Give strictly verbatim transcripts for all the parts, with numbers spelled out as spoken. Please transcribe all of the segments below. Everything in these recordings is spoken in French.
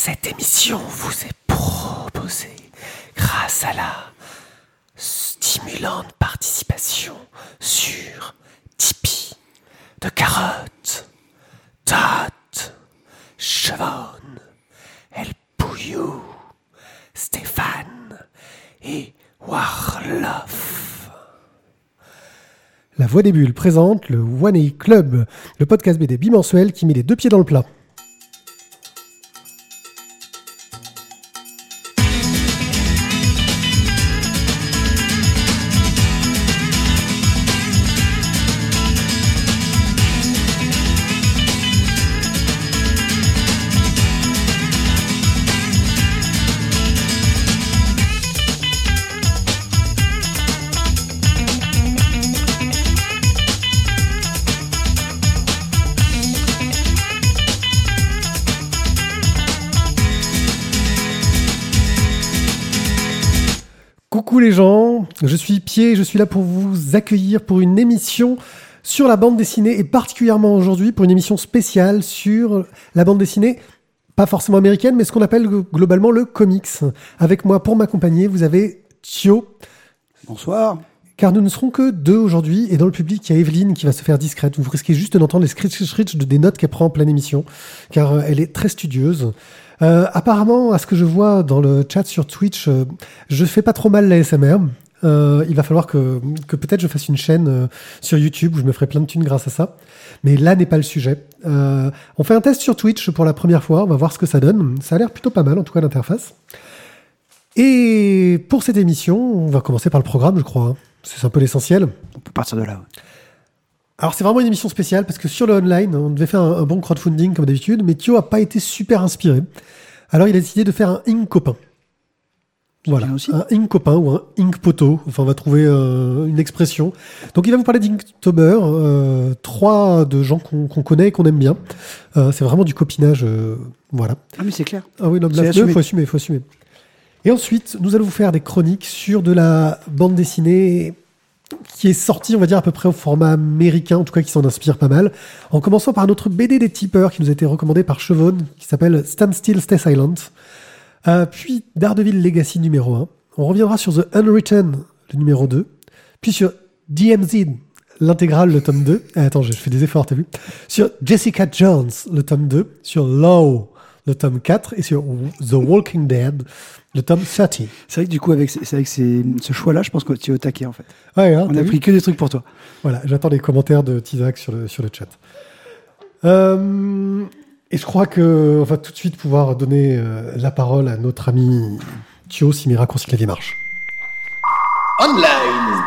Cette émission vous est proposée grâce à la stimulante participation sur Tipeee de Carotte, Todd, Chevonne, El Pouillou, Stéphane et Warloff. La Voix des Bulles présente le One A Club, le podcast B D bimensuel qui met les deux pieds dans le plat. Coucou les gens, je suis Pied, je suis là pour vous accueillir pour une émission sur la bande dessinée et particulièrement aujourd'hui pour une émission spéciale sur la bande dessinée, pas forcément américaine, mais ce qu'on appelle globalement le comics. Avec moi pour m'accompagner, vous avez Thio. Bonsoir. Car nous ne serons que deux aujourd'hui et dans le public, il y a Evelyne qui va se faire discrète. Vous risquez juste d'entendre les scritch-scritch de des notes qu'elle prend en pleine émission, car elle est très studieuse. Euh, apparemment, à ce que je vois dans le chat sur Twitch, euh, je fais pas trop mal l'A S M R. Euh, il va falloir que, que peut-être je fasse une chaîne euh, sur YouTube où je me ferai plein de thunes grâce à ça. Mais là n'est pas le sujet. Euh, on fait un test sur Twitch pour la première fois. On va voir ce que ça donne. Ça a l'air plutôt pas mal, en tout cas l'interface. Et pour cette émission, on va commencer par le programme, je crois. C'est un peu l'essentiel. On peut partir de là. Ouais. Alors c'est vraiment une émission spéciale parce que sur le online, on devait faire un, un bon crowdfunding comme d'habitude, mais Thio a pas été super inspiré. Alors il a décidé de faire un Ink copain. Voilà, un Ink copain ou un Ink poteau. Enfin, on va trouver euh, une expression. Donc il va vous parler d'Inktober, euh, trois de gens qu'on, qu'on connaît et qu'on aime bien. Euh, c'est vraiment du copinage, euh, voilà. Ah mais c'est clair. Ah oui, non, là, il faut assumer, il faut assumer. Et ensuite, nous allons vous faire des chroniques sur de la bande dessinée qui est sortie, on va dire, à peu près au format américain, en tout cas qui s'en inspire pas mal, en commençant par notre B D des tipeurs qui nous a été recommandé par Chevonne, qui s'appelle Stand Still, Stay Silent, euh, puis Daredevil Legacy numéro un, on reviendra sur The Unwritten, le numéro deux, puis sur D M Z, l'intégrale, le tome deux, ah, attends, je fais des efforts, t'as vu, sur Jessica Jones, le tome deux, sur Law, le tome quatre, et sur The Walking Dead, le tome trente. C'est vrai que du coup, avec, c'est avec ces, ce choix-là, je pense que tu es au taquet, en fait. Ouais, hein, on a vu pris que des trucs pour toi. Voilà, j'attends les commentaires de Tizak sur le, sur le chat. Euh, et je crois qu'on va tout de suite pouvoir donner euh, la parole à notre ami Thio si mes raccourcis clavier marchent. Online.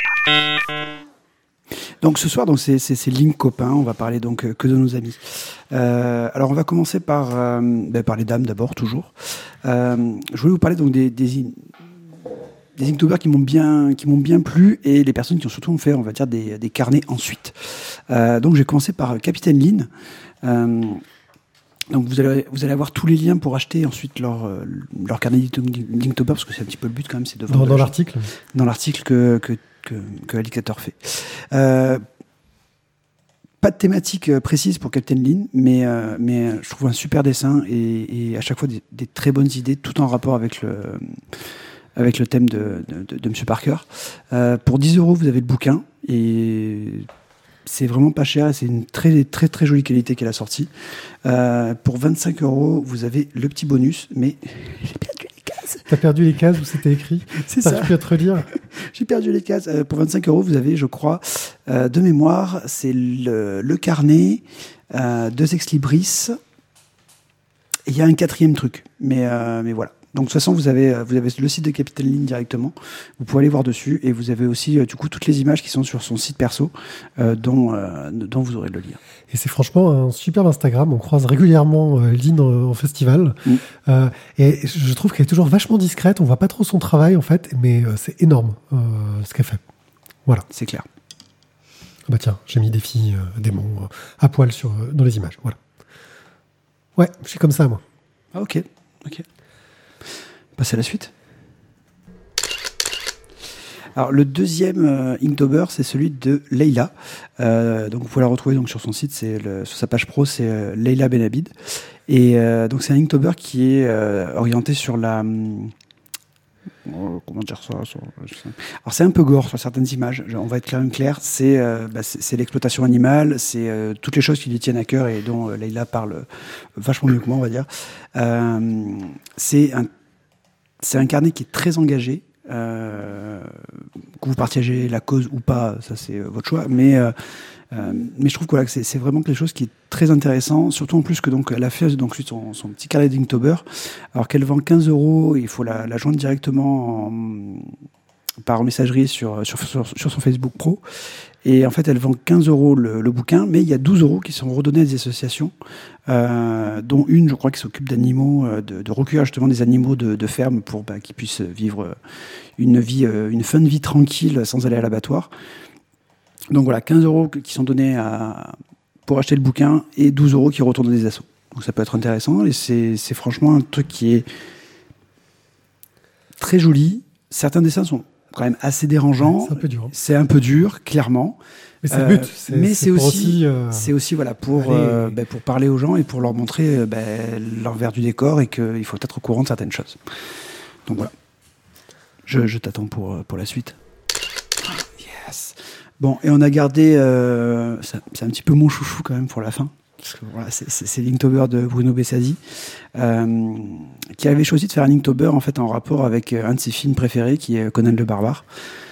Donc ce soir, donc c'est, c'est, c'est Link copain. On va parler donc que de nos amis. Euh, alors on va commencer par euh, ben, par les dames d'abord, toujours. Euh, je voulais vous parler donc des des, des Inktober qui m'ont bien qui m'ont bien plu et les personnes qui ont surtout fait, on va dire, des, des carnets ensuite. Euh, donc j'ai commencé par Capitaine Lin. Euh, donc vous allez vous allez avoir tous les liens pour acheter ensuite leur leur carnet d'Inktober parce que c'est un petit peu le but quand même, c'est de vendre dans, dans l'article. Dans l'article que que que, que Alligator fait. Euh, pas de thématique précise pour Captain Lin, mais, euh, mais je trouve un super dessin et, et à chaque fois des, des très bonnes idées, tout en rapport avec le, avec le thème de, de, de, de M. Parker. Euh, pour dix euros, vous avez le bouquin et c'est vraiment pas cher et c'est une très, très, très jolie qualité qu'elle a sortie. Euh, pour vingt-cinq euros, vous avez le petit bonus, mais j'ai perdu les cases. T'as perdu les cases où c'était écrit? C'est T'as ça. pu te relire. J'ai perdu les cases. Euh, pour vingt-cinq euros, vous avez, je crois, euh, de mémoire, c'est le, le carnet, euh, deux ex-libris. Et il y a un quatrième truc. Mais, euh, mais voilà. Donc, de toute façon, vous avez, vous avez le site de Capitaine Lin directement. Vous pouvez aller voir dessus. Et vous avez aussi, euh, du coup, toutes les images qui sont sur son site perso, euh, dont, euh, dont vous aurez le lien. Et c'est franchement un superbe Instagram. On croise régulièrement euh, Lin en, en festival. Mm. Euh, et je trouve qu'elle est toujours vachement discrète. On voit pas trop son travail, en fait. Mais euh, c'est énorme euh, ce qu'elle fait. Voilà. C'est clair. Bah tiens, j'ai mis des filles euh, démons euh, à poil sur, euh, dans les images. Voilà. Ouais, je suis comme ça, moi. Ah, ok. Ok. Passer à la suite. Alors, le deuxième euh, Inktober, c'est celui de Leila. Euh, donc, vous pouvez la retrouver donc, sur son site, c'est le, sur sa page pro, c'est euh, Leila Benabid. Et euh, donc, c'est un Inktober qui est euh, orienté sur la... Hum, oh, comment dire ça, ça Alors, c'est un peu gore sur certaines images. On va être clair, clair. C'est, euh, bah, c'est, c'est l'exploitation animale, c'est euh, toutes les choses qui lui tiennent à cœur et dont euh, Leïla parle vachement mieux que moi, on va dire. Euh, c'est un, c'est un carnet qui est très engagé. Euh, que vous partagez la cause ou pas, ça c'est euh, votre choix, mais euh, euh, mais je trouve que, voilà, que c'est, c'est vraiment quelque chose qui est très intéressant, surtout en plus que donc elle a fait donc son, son petit carnet d'Inktober, alors qu'elle vend quinze euros, il faut la, la joindre directement en, par messagerie sur, sur sur sur son Facebook Pro. Et en fait, elle vend quinze euros le, le bouquin, mais il y a douze euros qui sont redonnés à des associations, euh, dont une, je crois, qui s'occupe d'animaux, euh, de, de recueillir justement des animaux de, de ferme pour bah, qu'ils puissent vivre une vie, euh, une fin de vie tranquille sans aller à l'abattoir. Donc voilà, quinze euros qui sont donnés à, pour acheter le bouquin et douze euros qui retournent à des assos. Donc ça peut être intéressant et c'est, c'est franchement un truc qui est très joli. Certains dessins sont quand même assez dérangeant. C'est un peu dur. C'est un peu dur, clairement. Mais c'est le but. C'est, mais c'est, c'est aussi, aussi euh... c'est aussi voilà pour euh, bah, pour parler aux gens et pour leur montrer bah, l'envers du décor et qu'il faut être au courant de certaines choses. Donc voilà. Je, je t'attends pour pour la suite. Yes. Bon, et on a gardé. Euh, ça, c'est un petit peu mon chouchou quand même pour la fin. Parce que, voilà, c'est, c'est, c'est l'Inktober de Bruno Bessadi, euh, qui avait choisi de faire un Inktober en fait en rapport avec un de ses films préférés, qui est Conan le Barbare.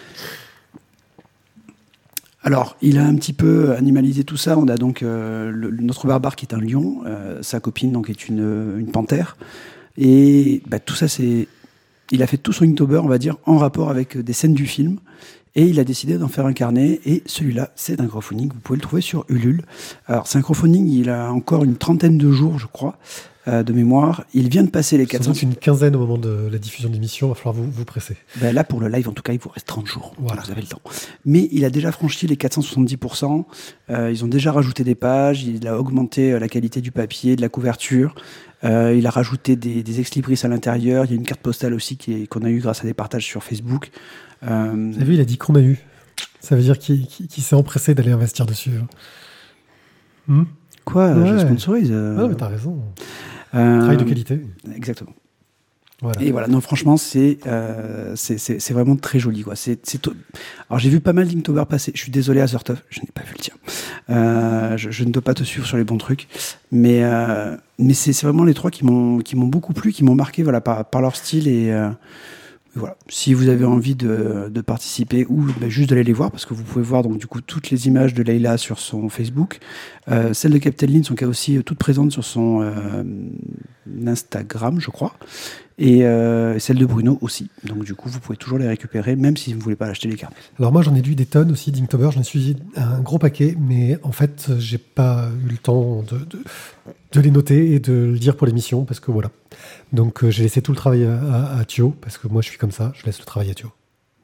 Alors, il a un petit peu animalisé tout ça. On a donc euh, le, notre barbare qui est un lion, euh, sa copine donc est une, une panthère, et bah, tout ça c'est, il a fait tout son Inktober, on va dire, en rapport avec des scènes du film. Et il a décidé d'en faire un carnet, et celui-là, c'est un crowdfunding, vous pouvez le trouver sur Ulule. Alors, c'est un crowdfunding, il a encore une trentaine de jours, je crois, euh, de mémoire. Il vient de passer les quatre cents... C'est une quinzaine au moment de la diffusion de l'émission, il va falloir vous, vous presser. Ben là, pour le live, en tout cas, il vous reste trente jours, voilà. Vous avez le temps. Mais il a déjà franchi les quatre cent soixante-dix pour cent, euh, ils ont déjà rajouté des pages, il a augmenté la qualité du papier, de la couverture, euh, il a rajouté des, des ex-libris à l'intérieur, il y a une carte postale aussi qui est, qu'on a eu grâce à des partages sur Facebook. Euh... Vous avez vu, il a dit qu'on a eu. Ça veut dire qu'il, qu'il, qu'il s'est empressé d'aller investir dessus. Hmm Quoi ouais. Je sponsorise. Euh... Ah, mais t'as raison. Euh... Travail de qualité. Exactement. Voilà. Et voilà, non, franchement, c'est, euh, c'est, c'est, c'est vraiment très joli, quoi. C'est, c'est to... Alors, j'ai vu pas mal d'Inktober passer. Je suis désolé, Azertov, je n'ai pas vu le tien. Euh, je, je ne dois pas te suivre sur les bons trucs. Mais, euh, mais c'est, c'est vraiment les trois qui m'ont, qui m'ont beaucoup plu, qui m'ont marqué, voilà, par, par leur style et, euh, voilà. Si vous avez envie de, de participer ou ben, juste d'aller les voir, parce que vous pouvez voir donc du coup toutes les images de Leïla sur son Facebook, euh, celles de Captain Lynn sont aussi toutes présentes sur son euh, Instagram, je crois, et euh, celles de Bruno aussi. Donc du coup, vous pouvez toujours les récupérer, même si vous ne voulez pas acheter les carnets. Alors moi, j'en ai lu des tonnes aussi d'Inktober. J'en ai suivi un gros paquet, mais en fait, j'ai pas eu le temps de, de, de les noter et de le dire pour l'émission, parce que voilà. Donc euh, j'ai laissé tout le travail à, à, à Thio, parce que moi je suis comme ça, je laisse le travail à Thio.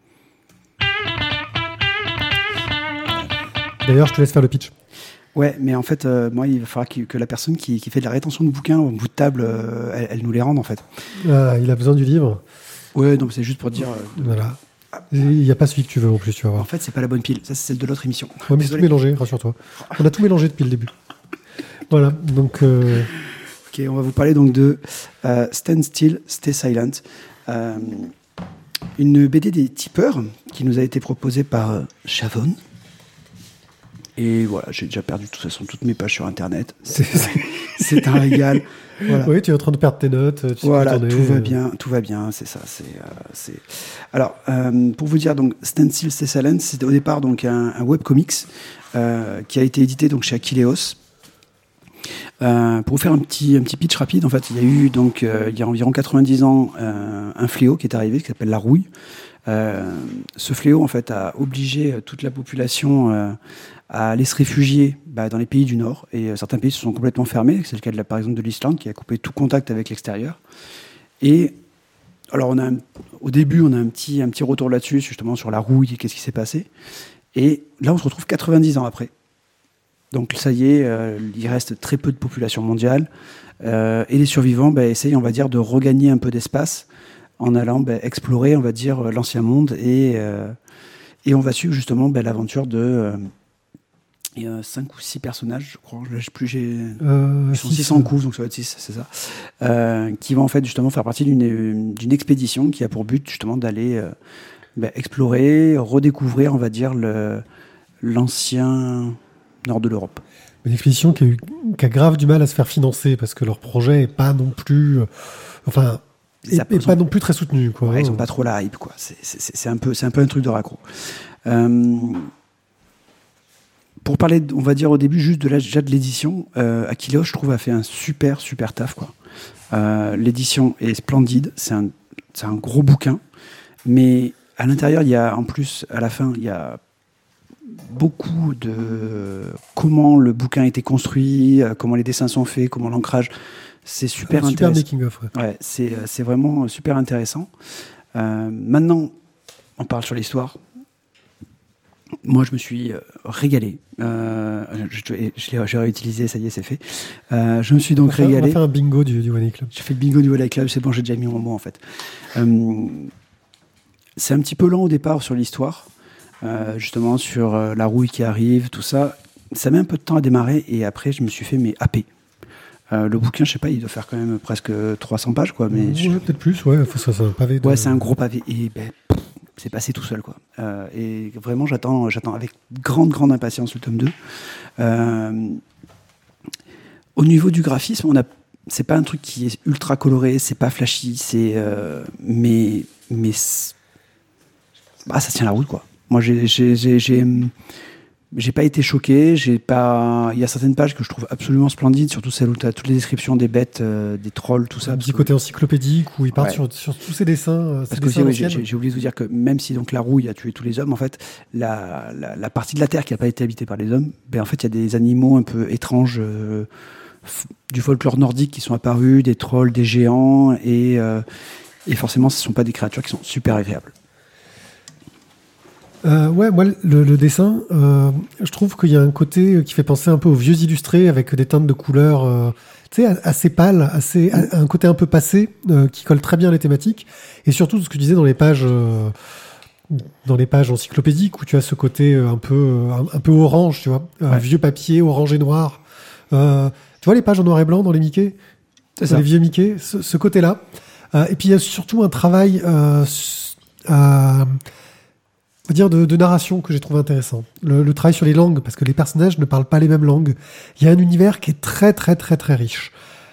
D'ailleurs, je te laisse faire le pitch. Ouais, mais en fait, euh, moi, il va falloir que la personne qui, qui fait de la rétention de bouquins au bout de table, euh, elle, elle nous les rende, en fait. Ah, il a besoin du livre. Ouais, non, c'est juste pour dire... Euh, voilà. Il n'y a pas celui que tu veux en plus, tu vas voir. En fait, c'est pas la bonne pile, ça c'est celle de l'autre émission. Ouais, mais c'est tout mélangé, rassure-toi. On a tout mélangé depuis le début. Voilà, donc... Euh... Ok, on va vous parler donc de euh, Stand Still, Stay Silent. Euh, une B D des tipeurs qui nous a été proposée par euh, Chavon. Et voilà, j'ai déjà perdu de toute façon toutes mes pages sur Internet. C'est, c'est, c'est un régal. Voilà. Oui, tu es en train de perdre tes notes. Tu voilà, tout va bien, tout va bien, c'est ça. C'est, euh, c'est... Alors, euh, pour vous dire, donc, Stand Still, Stay Silent, c'était au départ donc un, un webcomics euh, qui a été édité donc chez Aquileos. Euh, pour vous faire un petit, un petit pitch rapide, en fait, il y a eu donc euh, il y a environ quatre-vingt-dix ans euh, un fléau qui est arrivé qui s'appelle la rouille. Euh, ce fléau, en fait, a obligé toute la population euh, à aller se réfugier bah, dans les pays du Nord. Et euh, certains pays se sont complètement fermés. C'est le cas, de la, par exemple, de l'Islande, qui a coupé tout contact avec l'extérieur. Et alors, on a un, au début, on a un petit, un petit retour là-dessus, justement, sur la rouille et qu'est-ce qui s'est passé. Et là, on se retrouve quatre-vingt-dix ans après. Donc, ça y est, euh, il reste très peu de population mondiale. Euh, et les survivants bah, essayent, on va dire, de regagner un peu d'espace en allant bah, explorer, on va dire, l'ancien monde. Et, euh, et on va suivre, justement, bah, l'aventure de... Euh, Il y a cinq ou six personnages, je crois. Je sais plus, j'ai... Euh, Ils sont six, six cents coups, donc ça va être six, c'est ça. Euh, qui vont en fait justement faire partie d'une, d'une expédition qui a pour but justement d'aller euh, bah, explorer, redécouvrir, on va dire, le, l'ancien nord de l'Europe. Une expédition qui a, eu, qui a grave du mal à se faire financer parce que leur projet est pas non plus, euh, enfin, est, est pas non plus très soutenu, quoi. Ouais, ils ont pas trop la hype, quoi. C'est, c'est, c'est un peu, c'est un peu un truc de raccro. Euh, Pour parler, on va dire au début juste de, la, déjà de l'édition, euh, Aquileos, je trouve, a fait un super, super taf, quoi. Euh, l'édition est splendide, c'est un, c'est un gros bouquin, mais à l'intérieur, il y a, en plus, à la fin, il y a beaucoup de comment le bouquin a été construit, comment les dessins sont faits, comment l'ancrage. C'est super un intéressant. Super making-of, ouais. Ouais, c'est, c'est vraiment super intéressant. Euh, maintenant, on parle sur l'histoire. Moi, je me suis régalé. Euh, je, je, je l'ai, j'ai réutilisé, ça y est, c'est fait. Euh, je me suis donc on fait, régalé. On va faire un bingo du, du One A Club. J'ai fait le bingo du One A Club, c'est bon, j'ai déjà mis mon mot en fait. Euh, c'est un petit peu lent au départ sur l'histoire, euh, justement sur euh, la rouille qui arrive, tout ça. Ça met un peu de temps à démarrer et après, je me suis fait mais happer. Euh, le bouquin, je sais pas, il doit faire quand même presque trois cents pages, quoi. Mais ouais, je... peut-être plus, ouais. Faut, ça, c'est un pavé. De... Ouais, c'est un gros pavé et ben. C'est passé tout seul, quoi. Euh, et vraiment, j'attends, j'attends avec grande, grande impatience le tome deux. Euh, au niveau du graphisme, on a, c'est pas un truc qui est ultra coloré, c'est pas flashy, c'est, euh, mais, mais, bah, ça tient la route, quoi. Moi, j'ai, j'ai, j'ai, j'ai, j'ai pas été choqué. J'ai pas. Il y a certaines pages que je trouve absolument splendides, surtout celles où tu as toutes les descriptions des bêtes, euh, des trolls, tout ça. Un petit côté encyclopédique où il part ouais. sur, sur tous ces dessins. Euh, parce ces que dessins aussi, ouais, j'ai, j'ai oublié de vous dire que même si donc la rouille a tué tous les hommes, en fait, la, la, la partie de la Terre qui n'a pas été habitée par les hommes, ben en fait, il y a des animaux un peu étranges euh, f- du folklore nordique qui sont apparus, des trolls, des géants, et, euh, et forcément, ce ne sont pas des créatures qui sont super agréables. Euh, ouais, moi, le, le dessin, euh, je trouve qu'il y a un côté qui fait penser un peu aux vieux illustrés avec des teintes de couleurs, euh, tu sais, assez pâles, assez, mmh. un côté un peu passé, euh, qui colle très bien les thématiques. Et surtout, ce que je disais dans les pages, euh, dans les pages encyclopédiques, où tu as ce côté un peu, un, un peu orange, tu vois, ouais. un vieux papier, orange et noir. Euh, tu vois les pages en noir et blanc dans les Mickey, c'est ça. Les vieux Mickey, ce, ce côté-là. Euh, et puis il y a surtout un travail euh, à On va dire de, de narration que j'ai trouvé intéressant. Le, le travail sur les langues, parce que les personnages ne parlent pas les mêmes langues. Il y a un univers qui est très très très très riche.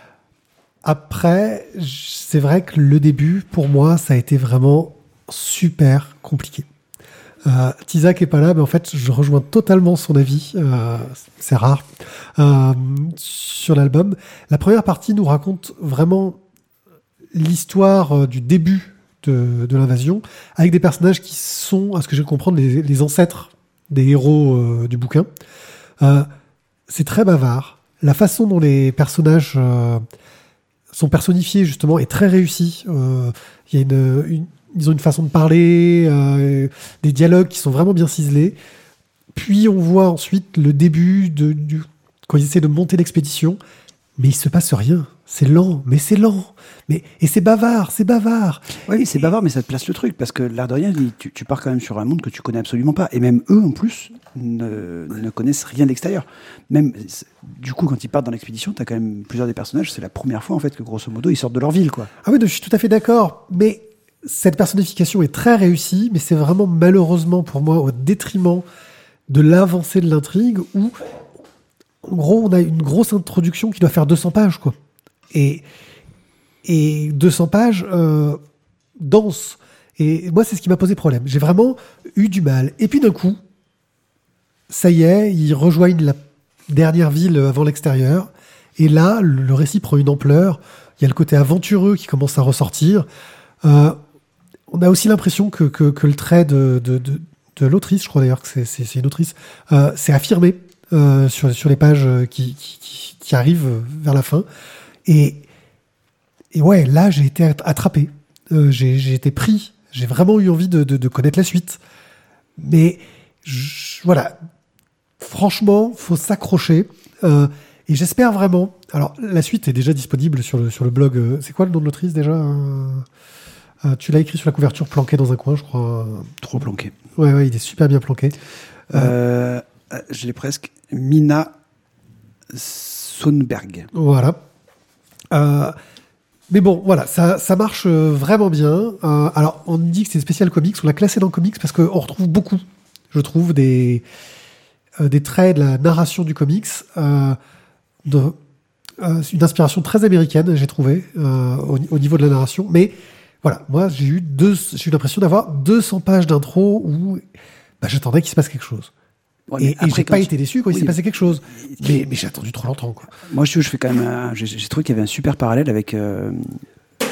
Après, c'est vrai que le début, pour moi, ça a été vraiment super compliqué. Euh, Tizak est pas là, mais en fait, je rejoins totalement son avis. Euh, c'est rare euh, sur l'album. La première partie nous raconte vraiment l'histoire du début De, de l'invasion, avec des personnages qui sont, à ce que je vais comprendre, les, les ancêtres des héros euh, du bouquin. Euh, c'est très bavard. La façon dont les personnages euh, sont personnifiés, justement, est très réussie. Euh, y a une, une, ils ont une façon de parler, euh, des dialogues qui sont vraiment bien ciselés. Puis on voit ensuite le début, de, du, quand ils essaient de monter l'expédition, mais il se passe rien. C'est lent, mais c'est lent. Mais, et c'est bavard, c'est bavard. Oui, c'est bavard, mais ça te place le truc, parce que l'air de rien, tu, tu pars quand même sur un monde que tu connais absolument pas. Et même eux, en plus, ne, ne connaissent rien d'extérieur. Même, du coup, quand ils partent dans l'expédition, tu as quand même plusieurs des personnages, c'est la première fois, en fait, que grosso modo, ils sortent de leur ville, quoi. Ah oui, je suis tout à fait d'accord. Mais cette personnification est très réussie, mais c'est vraiment, malheureusement, pour moi, au détriment de l'avancée de l'intrigue, où, en gros, on a une grosse introduction qui doit faire deux cents pages, quoi. Et, et deux cents pages euh, denses. Et moi, c'est ce qui m'a posé problème. J'ai vraiment eu du mal. Et puis d'un coup, ça y est, ils rejoignent la dernière ville avant l'extérieur. Et là, le, le récit prend une ampleur. Il y a le côté aventureux qui commence à ressortir. Euh, on a aussi l'impression que, que, que le trait de, de, de, de l'autrice, je crois d'ailleurs que c'est, c'est, c'est une autrice, euh, s'est affirmé euh, sur, sur les pages qui, qui, qui arrivent vers la fin. Et, et ouais, là, j'ai été attrapé. Euh, j'ai, j'ai été pris. J'ai vraiment eu envie de, de, de connaître la suite. Mais je, voilà, franchement, faut s'accrocher. Euh, et j'espère vraiment... Alors, la suite est déjà disponible sur le, sur le blog. Euh, c'est quoi le nom de l'autrice déjà euh, euh, Tu l'as écrit sur la couverture, planqué dans un coin, je crois. Trop planqué. Ouais, ouais, il est super bien planqué. Euh, euh, je l'ai presque, Mina Sonberg. Voilà. Euh, mais bon, voilà, ça, ça marche vraiment bien. Euh, alors, on dit que c'est spécial comics, on l'a classé dans comics parce qu'on retrouve beaucoup, je trouve, des, euh, des traits de la narration du comics, euh, de, euh, une inspiration très américaine, j'ai trouvé, euh, au, au niveau de la narration. Mais voilà, moi, j'ai eu, deux, j'ai eu l'impression d'avoir deux cents pages d'intro où bah, j'attendais qu'il se passe quelque chose. Ouais, et, et j'ai pas tu... été déçu quand oui, il s'est passé quelque chose. Mais, mais j'ai attendu trop longtemps, quoi. Moi, je, je fais quand même. Un, j'ai, j'ai trouvé qu'il y avait un super parallèle avec. Euh... Il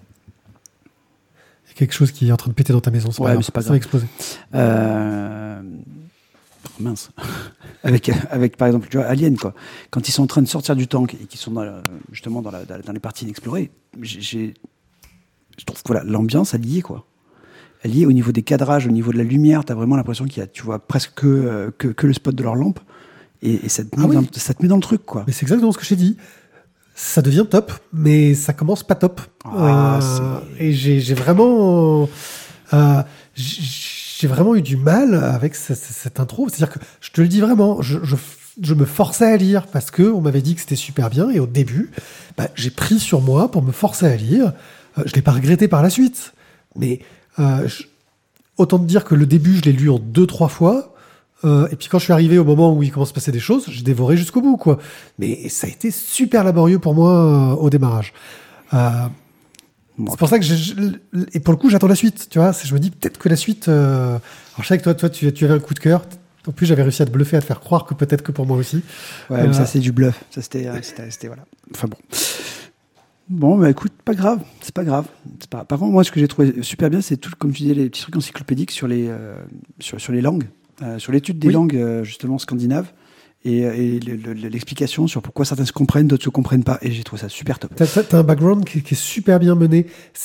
y a quelque chose qui est en train de péter dans ta maison. C'est ouais, pas mais c'est pas grave. grave. Ça va exploser. Euh... Oh, mince. avec, avec, par exemple, tu vois, Alien, quoi. Quand ils sont en train de sortir du tank et qu'ils sont dans la, justement dans, la, dans les parties inexplorées, j'ai, j'ai, je trouve que voilà, l'ambiance, elle y est, quoi. Elle y est au niveau des cadrages, au niveau de la lumière, t'as vraiment l'impression qu'il y a, tu vois, presque que, euh, que, que le spot de leur lampe, et, et ça, te met ah dans, oui. ça te met dans le truc, quoi. Mais c'est exactement ce que j'ai dit. Ça devient top, mais ça commence pas top. Ah, euh, et j'ai, j'ai vraiment, euh, j'ai vraiment eu du mal avec cette, cette intro. C'est-à-dire que je te le dis vraiment, je, je, je me forçais à lire parce que on m'avait dit que c'était super bien, et au début, bah, j'ai pris sur moi pour me forcer à lire. Euh, je l'ai pas regretté par la suite, mais Euh, je, autant te dire que le début, je l'ai lu en deux, trois fois. Euh, et puis quand je suis arrivé au moment où il commence à se passer des choses, j'ai dévoré jusqu'au bout, quoi. Mais ça a été super laborieux pour moi euh, au démarrage. Euh, bon, c'est pour ça que j'ai, et pour le coup, j'attends la suite. Tu vois, je me dis peut-être que la suite. Euh, alors je sais que toi, toi, tu, tu avais un coup de cœur. En plus, j'avais réussi à te bluffer, à te faire croire que peut-être que pour moi aussi. Ouais, euh, mais ça c'est du bluff. Ça c'était, c'était, c'était voilà. Enfin bon. Bon, bah écoute, pas grave, c'est pas grave. C'est pas... Par contre, moi, ce que j'ai trouvé super bien, c'est tout, comme tu disais, les petits trucs encyclopédiques sur les, euh, sur, sur les langues, euh, sur l'étude des oui. langues, euh, justement, scandinaves, et, et le, le, l'explication sur pourquoi certaines se comprennent, d'autres se comprennent pas, et j'ai trouvé ça super top. T'as, t'as un background qui, qui est super bien mené.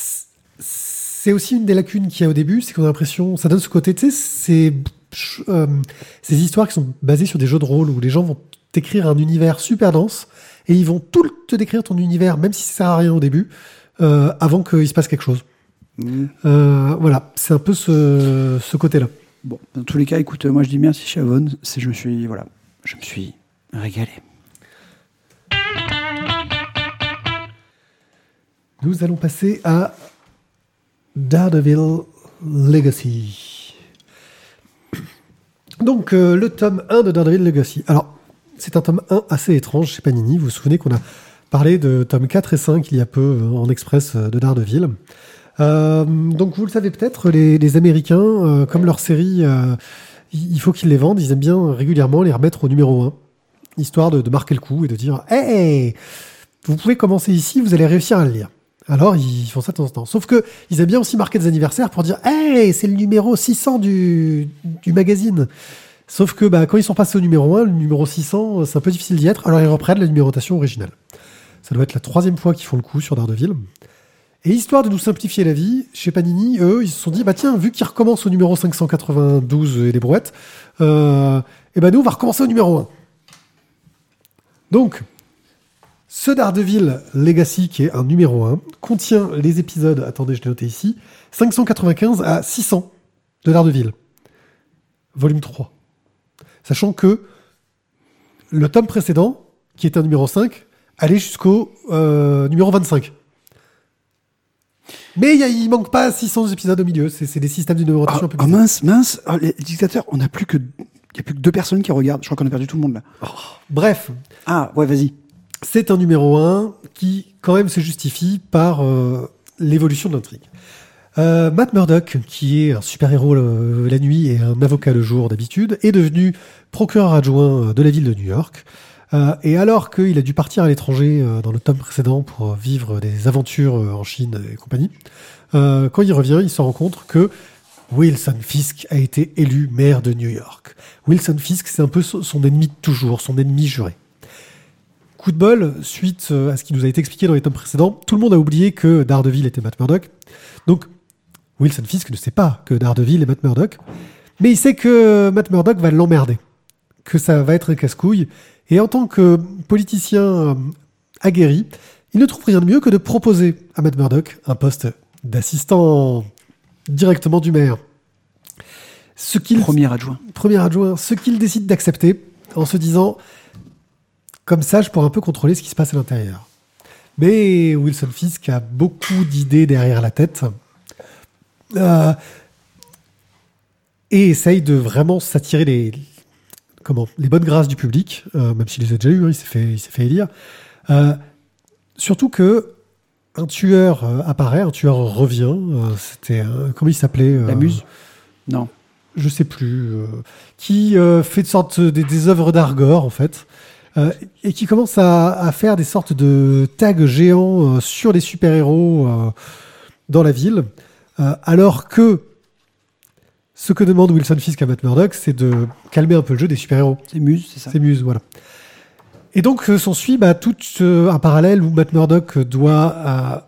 C'est aussi une des lacunes qu'il y a au début, c'est qu'on a l'impression, ça donne ce côté, tu sais, c'est, euh, ces histoires qui sont basées sur des jeux de rôle où les gens vont t'écrire un univers super dense, et ils vont tout te décrire ton univers, même si ça sert à rien au début, euh, avant qu'il se passe quelque chose. Mmh. Euh, voilà, c'est un peu ce, ce côté-là. Bon, dans tous les cas, écoute, moi je dis merci Chavon, c'est je me suis, voilà, je me suis régalé. Nous allons passer à Daredevil Legacy. Donc, euh, le tome un de Daredevil Legacy. Alors, c'est un tome un assez étrange chez Panini. Vous vous souvenez qu'on a parlé de tome quatre et cinq il y a peu en express de Daredevil. Euh, donc vous le savez peut-être, les, les Américains, euh, comme leur série, euh, il faut qu'ils les vendent. Ils aiment bien régulièrement les remettre au numéro un, histoire de, de marquer le coup et de dire « Hey, vous pouvez commencer ici, vous allez réussir à le lire ». Alors ils font ça de temps en temps. Sauf que ils aiment bien aussi marquer des anniversaires pour dire « Hey, c'est le numéro six cents du, du magazine ». Sauf que bah, quand ils sont passés au numéro un, le numéro six cents, c'est un peu difficile d'y être, alors ils reprennent la numérotation originale. Ça doit être la troisième fois qu'ils font le coup sur Daredevil. Et histoire de nous simplifier la vie, chez Panini, eux, ils se sont dit, bah tiens, vu qu'ils recommencent au numéro cinq cent quatre-vingt-douze et les brouettes, euh, et ben nous, on va recommencer au numéro un. Donc, ce Daredevil Legacy, qui est un numéro un, contient les épisodes, attendez, je l'ai noté ici, cinq cent quatre-vingt-quinze à six cents de Daredevil. Volume trois. Sachant que le tome précédent, qui était un numéro cinq, allait jusqu'au euh, numéro vingt-cinq. Mais y a, il manque pas six cents épisodes au milieu. C'est, c'est des systèmes de numérotation oh, un peu oh mince, mince. Oh, les dictateurs, on n'a plus que, il y a plus que deux personnes qui regardent. Je crois qu'on a perdu tout le monde là. Oh. Bref. Ah ouais, vas-y. C'est un numéro un qui, quand même, se justifie par euh, l'évolution de l'intrigue. Euh, Matt Murdock, qui est un super-héros le, la nuit et un avocat le jour d'habitude, est devenu procureur adjoint de la ville de New York. Euh, et alors qu'il a dû partir à l'étranger euh, dans le tome précédent pour vivre des aventures euh, en Chine et compagnie, euh, quand il revient, il se rend compte que Wilson Fisk a été élu maire de New York. Wilson Fisk, c'est un peu son ennemi de toujours, son ennemi juré. Coup de bol, suite à ce qui nous a été expliqué dans les tomes précédents, tout le monde a oublié que Daredevil était Matt Murdock. Donc, Wilson Fisk ne sait pas que Daredevil est Matt Murdock, mais il sait que Matt Murdock va l'emmerder, que ça va être un casse-couille. Et en tant que politicien aguerri, il ne trouve rien de mieux que de proposer à Matt Murdock un poste d'assistant directement du maire. Ce qu'il, Premier adjoint. Premier adjoint, ce qu'il décide d'accepter en se disant comme ça, je pourrais un peu contrôler ce qui se passe à l'intérieur. Mais Wilson Fisk a beaucoup d'idées derrière la tête euh, et essaye de vraiment s'attirer les, comment, les bonnes grâces du public, euh, même s'il les a déjà eues, hein, il s'est fait, il s'est fait élire. Euh, surtout que un tueur euh, apparaît, un tueur revient. Euh, c'était euh, comment il s'appelait euh, La Muse. Non. Je sais plus. Euh, qui euh, fait de sorte des, des œuvres d'art gore en fait. Euh, et qui commence à, à faire des sortes de tags géants euh, sur les super-héros euh, dans la ville, euh, alors que ce que demande Wilson Fisk à Matt Murdock, c'est de calmer un peu le jeu des super-héros. C'est Muse, c'est ça. C'est Muse, voilà. Et donc euh, s'ensuit bah, tout euh, un parallèle où Matt Murdock doit euh,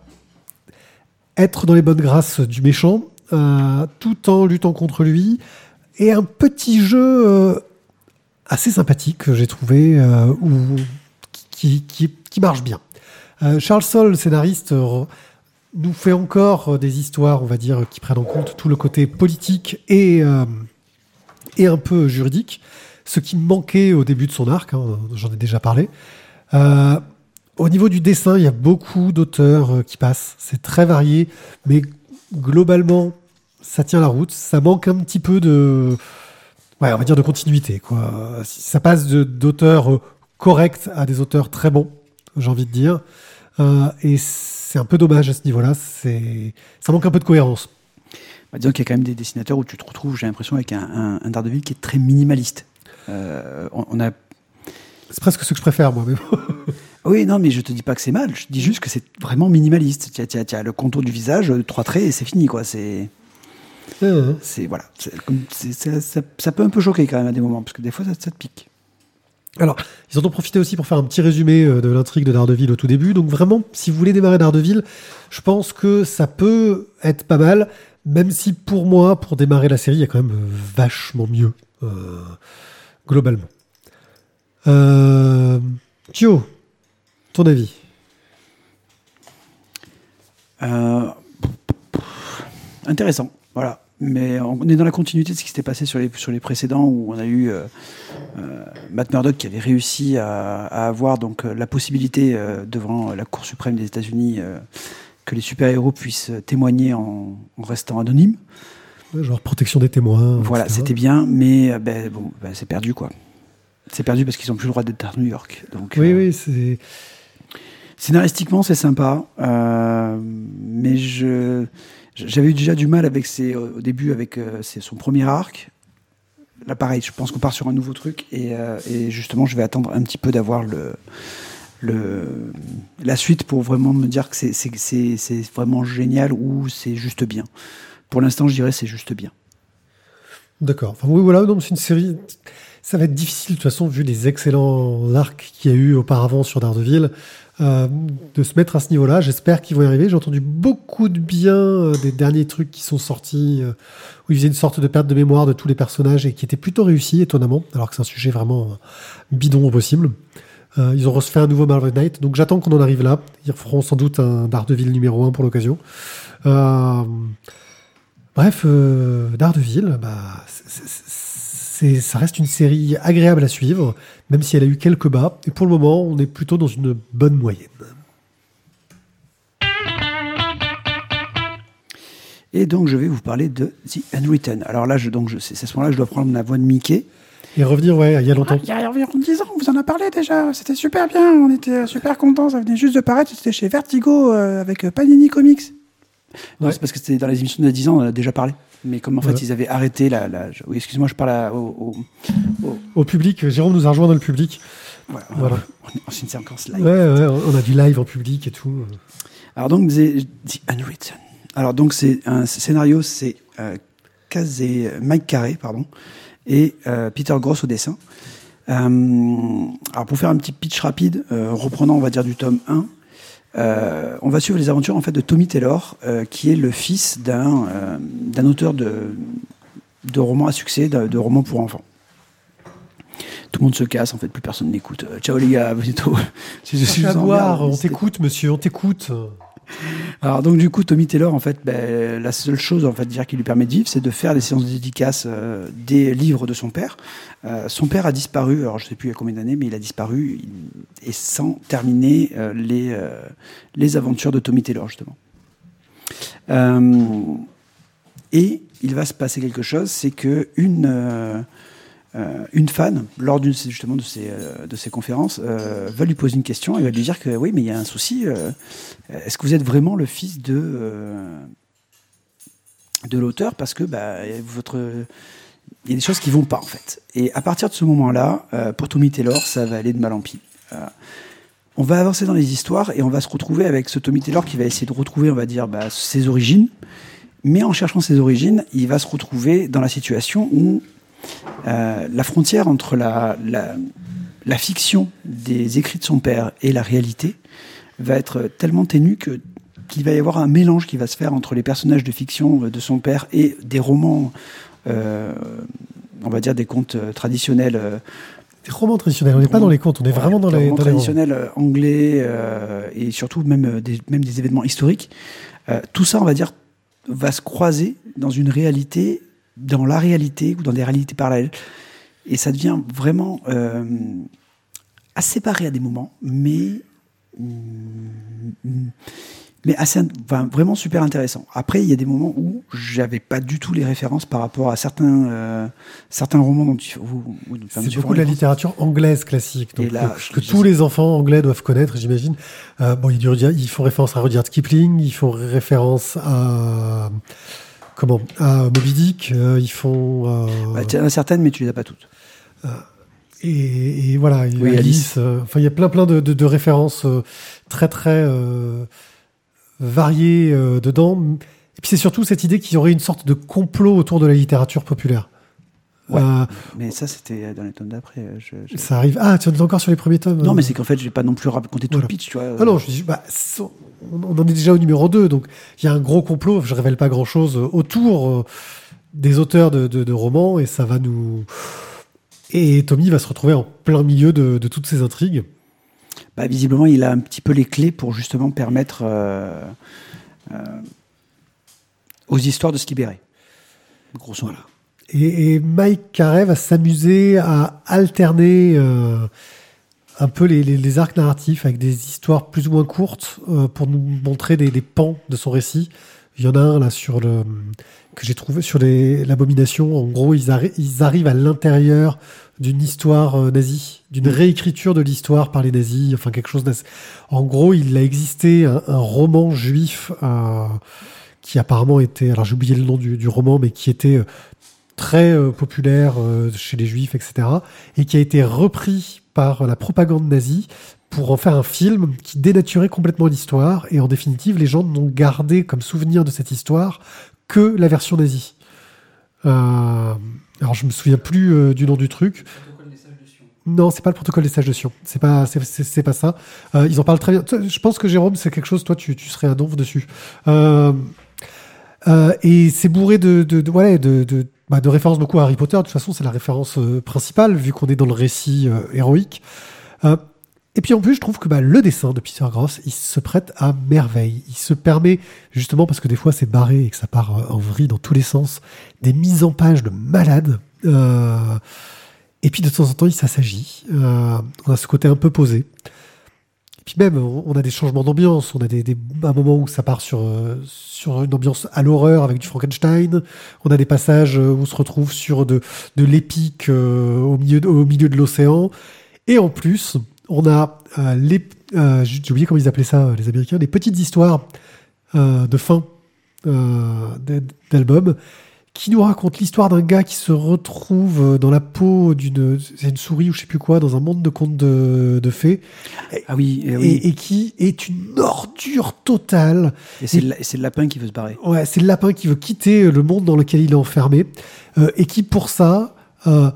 être dans les bonnes grâces du méchant, euh, tout en luttant contre lui, et un petit jeu... Euh, assez sympathique que j'ai trouvé euh, ou, qui, qui, qui marche bien. Euh, Charles Soule, scénariste, euh, nous fait encore euh, des histoires, on va dire, qui prennent en compte tout le côté politique et, euh, et un peu juridique, ce qui manquait au début de son arc, hein, j'en ai déjà parlé. Euh, au niveau du dessin, il y a beaucoup d'auteurs euh, qui passent, c'est très varié, mais globalement, ça tient la route, ça manque un petit peu de... Ouais, on va dire de continuité, quoi. Ça passe de, d'auteurs euh, corrects à des auteurs très bons, j'ai envie de dire. Euh, et c'est un peu dommage à ce niveau-là. C'est, ça manque un peu de cohérence. Bah, disons qu'il y a quand même des dessinateurs où tu te retrouves, j'ai l'impression, avec un, un, un Daredevil qui est très minimaliste. Euh, on, on a... C'est presque ce que je préfère, moi. Mais... oui, non, mais je te dis pas que c'est mal. Je dis juste que c'est vraiment minimaliste. Tu as, tu as le contour du visage, trois traits et c'est fini, quoi. C'est... Mmh. C'est, voilà, c'est, c'est, c'est, ça, ça peut un peu choquer quand même à des moments, parce que des fois ça, ça te pique. Alors, ils en ont profité aussi pour faire un petit résumé de l'intrigue de Daredevil au tout début. Donc vraiment, si vous voulez démarrer Daredevil, je pense que ça peut être pas mal, même si pour moi, pour démarrer la série, il y a quand même vachement mieux, euh, globalement. Euh, Thio, ton avis ? euh, Intéressant. Voilà, mais on est dans la continuité de ce qui s'était passé sur les, sur les précédents où on a eu euh, euh, Matt Murdock qui avait réussi à, à avoir donc, la possibilité euh, devant la Cour suprême des États-Unis euh, que les super-héros puissent témoigner en, en restant anonymes. Genre protection des témoins. Voilà, et cetera. C'était bien, mais euh, ben, bon, ben, c'est perdu quoi. C'est perdu parce qu'ils n'ont plus le droit d'être à New York. Donc, oui, euh, oui, c'est... Scénaristiquement, c'est sympa, euh, mais je... J'avais eu déjà du mal avec ses, au début avec euh, ses, son premier arc. Là, pareil, je pense qu'on part sur un nouveau truc et, euh, et justement, je vais attendre un petit peu d'avoir le, le, la suite pour vraiment me dire que c'est, c'est, c'est, c'est vraiment génial ou c'est juste bien. Pour l'instant, je dirais c'est juste bien. D'accord. Enfin, oui, voilà, donc c'est une série. Ça va être difficile, de toute façon, vu les excellents arcs qu'il y a eu auparavant sur Daredevil, euh, de se mettre à ce niveau-là. J'espère qu'ils vont y arriver. J'ai entendu beaucoup de bien euh, des derniers trucs qui sont sortis, euh, où ils faisaient une sorte de perte de mémoire de tous les personnages et qui étaient plutôt réussis, étonnamment, alors que c'est un sujet vraiment euh, bidon au possible. Euh, ils ont refait un nouveau Marvel Knight, donc j'attends qu'on en arrive là. Ils feront sans doute un Daredevil numéro un pour l'occasion. Euh, bref, euh, Daredevil, bah, c'est, c'est, ça reste une série agréable à suivre, même si elle a eu quelques bas. Et pour le moment, on est plutôt dans une bonne moyenne. Et donc, je vais vous parler de The Unwritten. Alors là, je, donc, je, c'est à ce moment-là que je dois prendre la voix de Mickey. Et revenir, ouais, il y a longtemps. Il y a environ dix ans, on vous en a parlé déjà. C'était super bien, on était super contents. Ça venait juste de paraître, c'était chez Vertigo euh, avec Panini Comics. Non, Ouais. c'est parce que c'était dans les émissions de dix ans, on en a déjà parlé. Mais comme en fait, Ouais. ils avaient arrêté la... la je- oui, excuse-moi, je parle à- au... au, au Au public, Jérôme nous a rejoint dans le public. voilà, Voilà. On est en une séquence Ouais, live. ouais, on a du live en public et tout. Alors donc, The, The Unwritten. Alors donc, c'est un scénario, c'est euh, Kaz et Mike Carey, pardon, et euh, Peter Gross au dessin. Euh, alors pour faire un petit pitch rapide, euh, reprenant, on va dire, du tome un, euh, on va suivre les aventures en fait de Tommy Taylor, euh, qui est le fils d'un euh, d'un auteur de, de romans à succès, de, de romans pour enfants. Tout le monde se casse, en fait, plus personne n'écoute. Euh, ciao les gars, à bientôt. Je suis À en boire, merde, on c'était- t'écoute, monsieur, on t'écoute. Alors donc du coup, Tommy Taylor, en fait, ben, la seule chose en fait, dire, qui lui permet de vivre, c'est de faire des séances de dédicaces euh, des livres de son père. Euh, son père a disparu, alors je ne sais plus il y a combien d'années, mais il a disparu il, et sans terminer euh, les, euh, les aventures de Tommy Taylor, justement. Euh, et il va se passer quelque chose, c'est que une euh, Euh, une fan, lors d'une justement de ces, euh, de ces conférences, euh, va lui poser une question et va lui dire que oui, mais il y a un souci. Euh, est-ce que vous êtes vraiment le fils de, euh, de l'auteur? Parce que bah, votre, il y a des choses qui vont pas en fait. Et à partir de ce moment-là, euh, pour Tommy Taylor, ça va aller de mal en pis. Euh, on va avancer dans les histoires et on va se retrouver avec ce Tommy Taylor qui va essayer de retrouver, on va dire, bah, ses origines. Mais en cherchant ses origines, il va se retrouver dans la situation où Euh, la frontière entre la, la, la fiction des écrits de son père et la réalité va être tellement ténue que, qu'il va y avoir un mélange qui va se faire entre les personnages de fiction de son père et des romans, euh, on va dire des contes traditionnels. Euh, des romans traditionnels, on n'est pas dans les contes, on est ouais, vraiment dans les, romans dans traditionnels les romans. anglais euh, et surtout même des, même des événements historiques. Euh, tout ça, on va dire, va se croiser dans une réalité dans la réalité ou dans des réalités parallèles. Et ça devient vraiment euh, assez séparé à des moments, mais, mais assez, enfin, vraiment super intéressant. Après, il y a des moments où j'avais pas du tout les références par rapport à certains, euh, certains romans dont tu... Où, où, enfin, c'est beaucoup de la littérature anglaise classique, donc, là, que, que tous les enfants anglais doivent connaître, j'imagine. Euh, bon, ils, ils font référence à Rudyard Kipling, ils font référence à... Comment à Moby Dick, euh, ils font. Euh... Bah, tu en as certaines, mais tu les as pas toutes. Euh, et, et voilà, oui, Alice. Alice. Euh, enfin, il y a plein, plein de, de, de références euh, très, très euh, variées euh, dedans. Et puis c'est surtout cette idée qu'il y aurait une sorte de complot autour de la littérature populaire. Ouais, euh, mais ça, c'était dans les tomes d'après. Je, je... Ça arrive. Ah, tu en es encore sur les premiers tomes. Non, euh... mais c'est qu'en fait, j'ai pas non plus raconté tout voilà. le pitch, tu vois. Ah non, je dis, bah, on en est déjà au numéro deux, donc il y a un gros complot. Je révèle pas grand-chose autour euh, des auteurs de, de, de romans, et ça va nous. Et Tommy va se retrouver en plein milieu de, de toutes ces intrigues. Bah, visiblement, il a un petit peu les clés pour justement permettre euh, euh, aux histoires de se libérer. Grosso modo. Voilà. Et, et Mike Carey va s'amuser à alterner euh, un peu les, les, les arcs narratifs avec des histoires plus ou moins courtes euh, pour nous montrer des, des pans de son récit. Il y en a un là sur le que j'ai trouvé sur les, l'abomination. En gros, ils, arri- ils arrivent à l'intérieur d'une histoire euh, nazie, d'une réécriture de l'histoire par les nazis. Enfin, quelque chose d'assez... En gros, il a existé un, un roman juif euh, qui apparemment était... Alors, j'ai oublié le nom du, du roman, mais qui était... Euh, très euh, populaire euh, chez les juifs, et cetera, et qui a été repris par la propagande nazie pour en faire un film qui dénaturait complètement l'histoire, et en définitive, les gens n'ont gardé comme souvenir de cette histoire que la version nazie. Euh, alors, je me souviens plus euh, du nom du truc. Non, c'est pas le protocole des sages de Sion. C'est pas, c'est, c'est, c'est pas ça. Euh, ils en parlent très bien. Je pense que Jérôme, c'est quelque chose. Toi, tu, tu serais un donf dessus. Euh, euh, et c'est bourré de, de, de, ouais, de, de Bah, de référence beaucoup à Harry Potter. De toute façon, c'est la référence euh, principale, vu qu'on est dans le récit euh, héroïque. Euh, et puis en plus, je trouve que bah, le dessin de Peter Gross, il se prête à merveille. Il se permet, justement, parce que des fois c'est barré et que ça part euh, en vrille dans tous les sens, des mises en page de malade. Euh, et puis de temps en temps, il s'assagit. Euh, on a ce côté un peu posé. Puis même, on a des changements d'ambiance. On a des, des, un moment où ça part sur, euh, sur une ambiance à l'horreur avec du Frankenstein. On a des passages où on se retrouve sur de, de l'épique euh, au, milieu de, au milieu de l'océan. Et en plus, on a euh, les... Euh, j'ai oublié comment ils appelaient ça, les Américains, des petites histoires euh, de fin euh, d'album qui nous raconte l'histoire d'un gars qui se retrouve dans la peau d'une c'est une souris ou je sais plus quoi dans un monde de contes de, de fées. Ah oui, et, oui. Et, et qui est une ordure totale. Et c'est, et, le, c'est le lapin qui veut se barrer. Ouais, c'est le lapin qui veut quitter le monde dans lequel il est enfermé euh, et qui pour ça euh,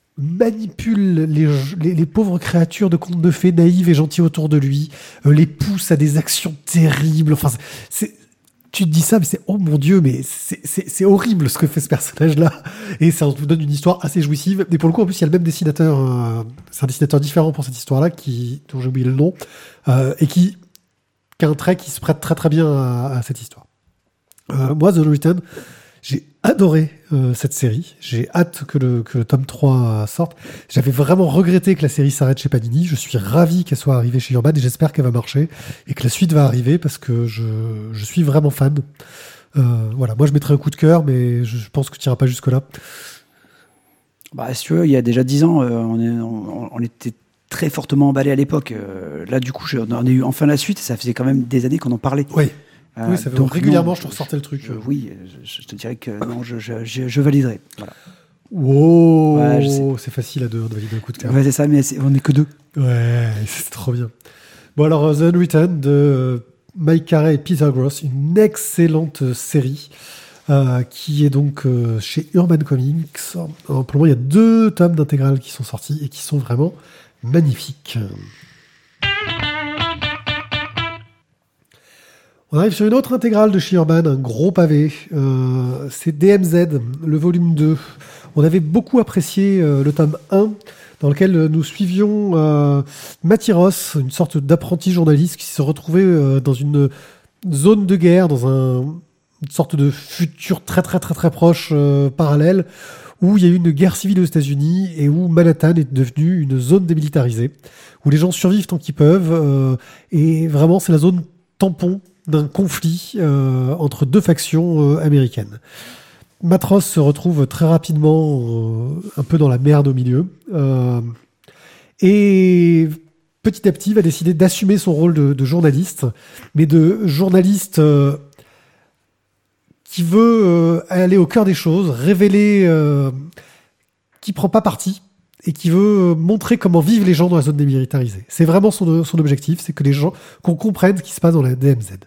manipule les, les, les pauvres créatures de contes de fées naïves et gentilles autour de lui, euh, les pousse à des actions terribles. Enfin, c'est tu te dis ça, mais c'est oh mon Dieu, mais c'est, c'est, c'est horrible ce que fait ce personnage-là. Et ça vous donne une histoire assez jouissive. Et pour le coup, en plus, il y a le même dessinateur, euh, c'est un dessinateur différent pour cette histoire-là, qui, dont j'ai oublié le nom, euh, et qui qui a un trait qui se prête très très bien à, à cette histoire. Euh, moi, The Unwritten, j'ai adoré euh, cette série. J'ai hâte que le, que le tome trois sorte. J'avais vraiment regretté que la série s'arrête chez Panini. Je suis ravi qu'elle soit arrivée chez Urban et j'espère qu'elle va marcher et que la suite va arriver parce que je, je suis vraiment fan. Euh, voilà, moi je mettrais un coup de cœur, mais je, je pense que tu n'iras pas jusque-là. Bah, si tu veux, il y a déjà dix ans, euh, on, est, on, on était très fortement emballé à l'époque. Euh, là, du coup, je, on a eu enfin la suite. Ça faisait quand même des années qu'on en parlait. Oui. Euh, oui, ça fait donc, régulièrement, non, je te ressortais le truc. Je, oui, je, je te dirais que non, je, je, je, je validerai. Voilà. Wow, ouais, je sais. C'est facile à deux de valider un coup de cœur. Ouais, c'est ça, mais c'est, on n'est que deux. Ouais, c'est trop bien. Bon, alors, The Unwritten de Mike Carey et Peter Gross, une excellente série euh, qui est donc euh, chez Urban Comics. Alors, pour le moment, il y a deux tomes d'intégrales qui sont sortis et qui sont vraiment magnifiques. On arrive sur une autre intégrale de chez Urban, un gros pavé. Euh, c'est D M Z, le volume deux. On avait beaucoup apprécié euh, le tome un, dans lequel nous suivions euh, Matty Ross, une sorte d'apprenti journaliste qui se retrouvait euh, dans une zone de guerre, dans un, une sorte de futur très très très très proche euh, parallèle, où il y a eu une guerre civile aux États-Unis et où Manhattan est devenue une zone démilitarisée, où les gens survivent tant qu'ils peuvent. Euh, et vraiment, c'est la zone tampon d'un conflit euh, entre deux factions euh, américaines. Matros se retrouve très rapidement euh, un peu dans la merde au milieu euh, et petit à petit va décider d'assumer son rôle de, de journaliste, mais de journaliste euh, qui veut euh, aller au cœur des choses, révéler, euh, qui prend pas parti et qui veut montrer comment vivent les gens dans la zone démilitarisée. C'est vraiment son, son objectif, c'est que les gens, qu'on comprenne ce qui se passe dans la D M Z.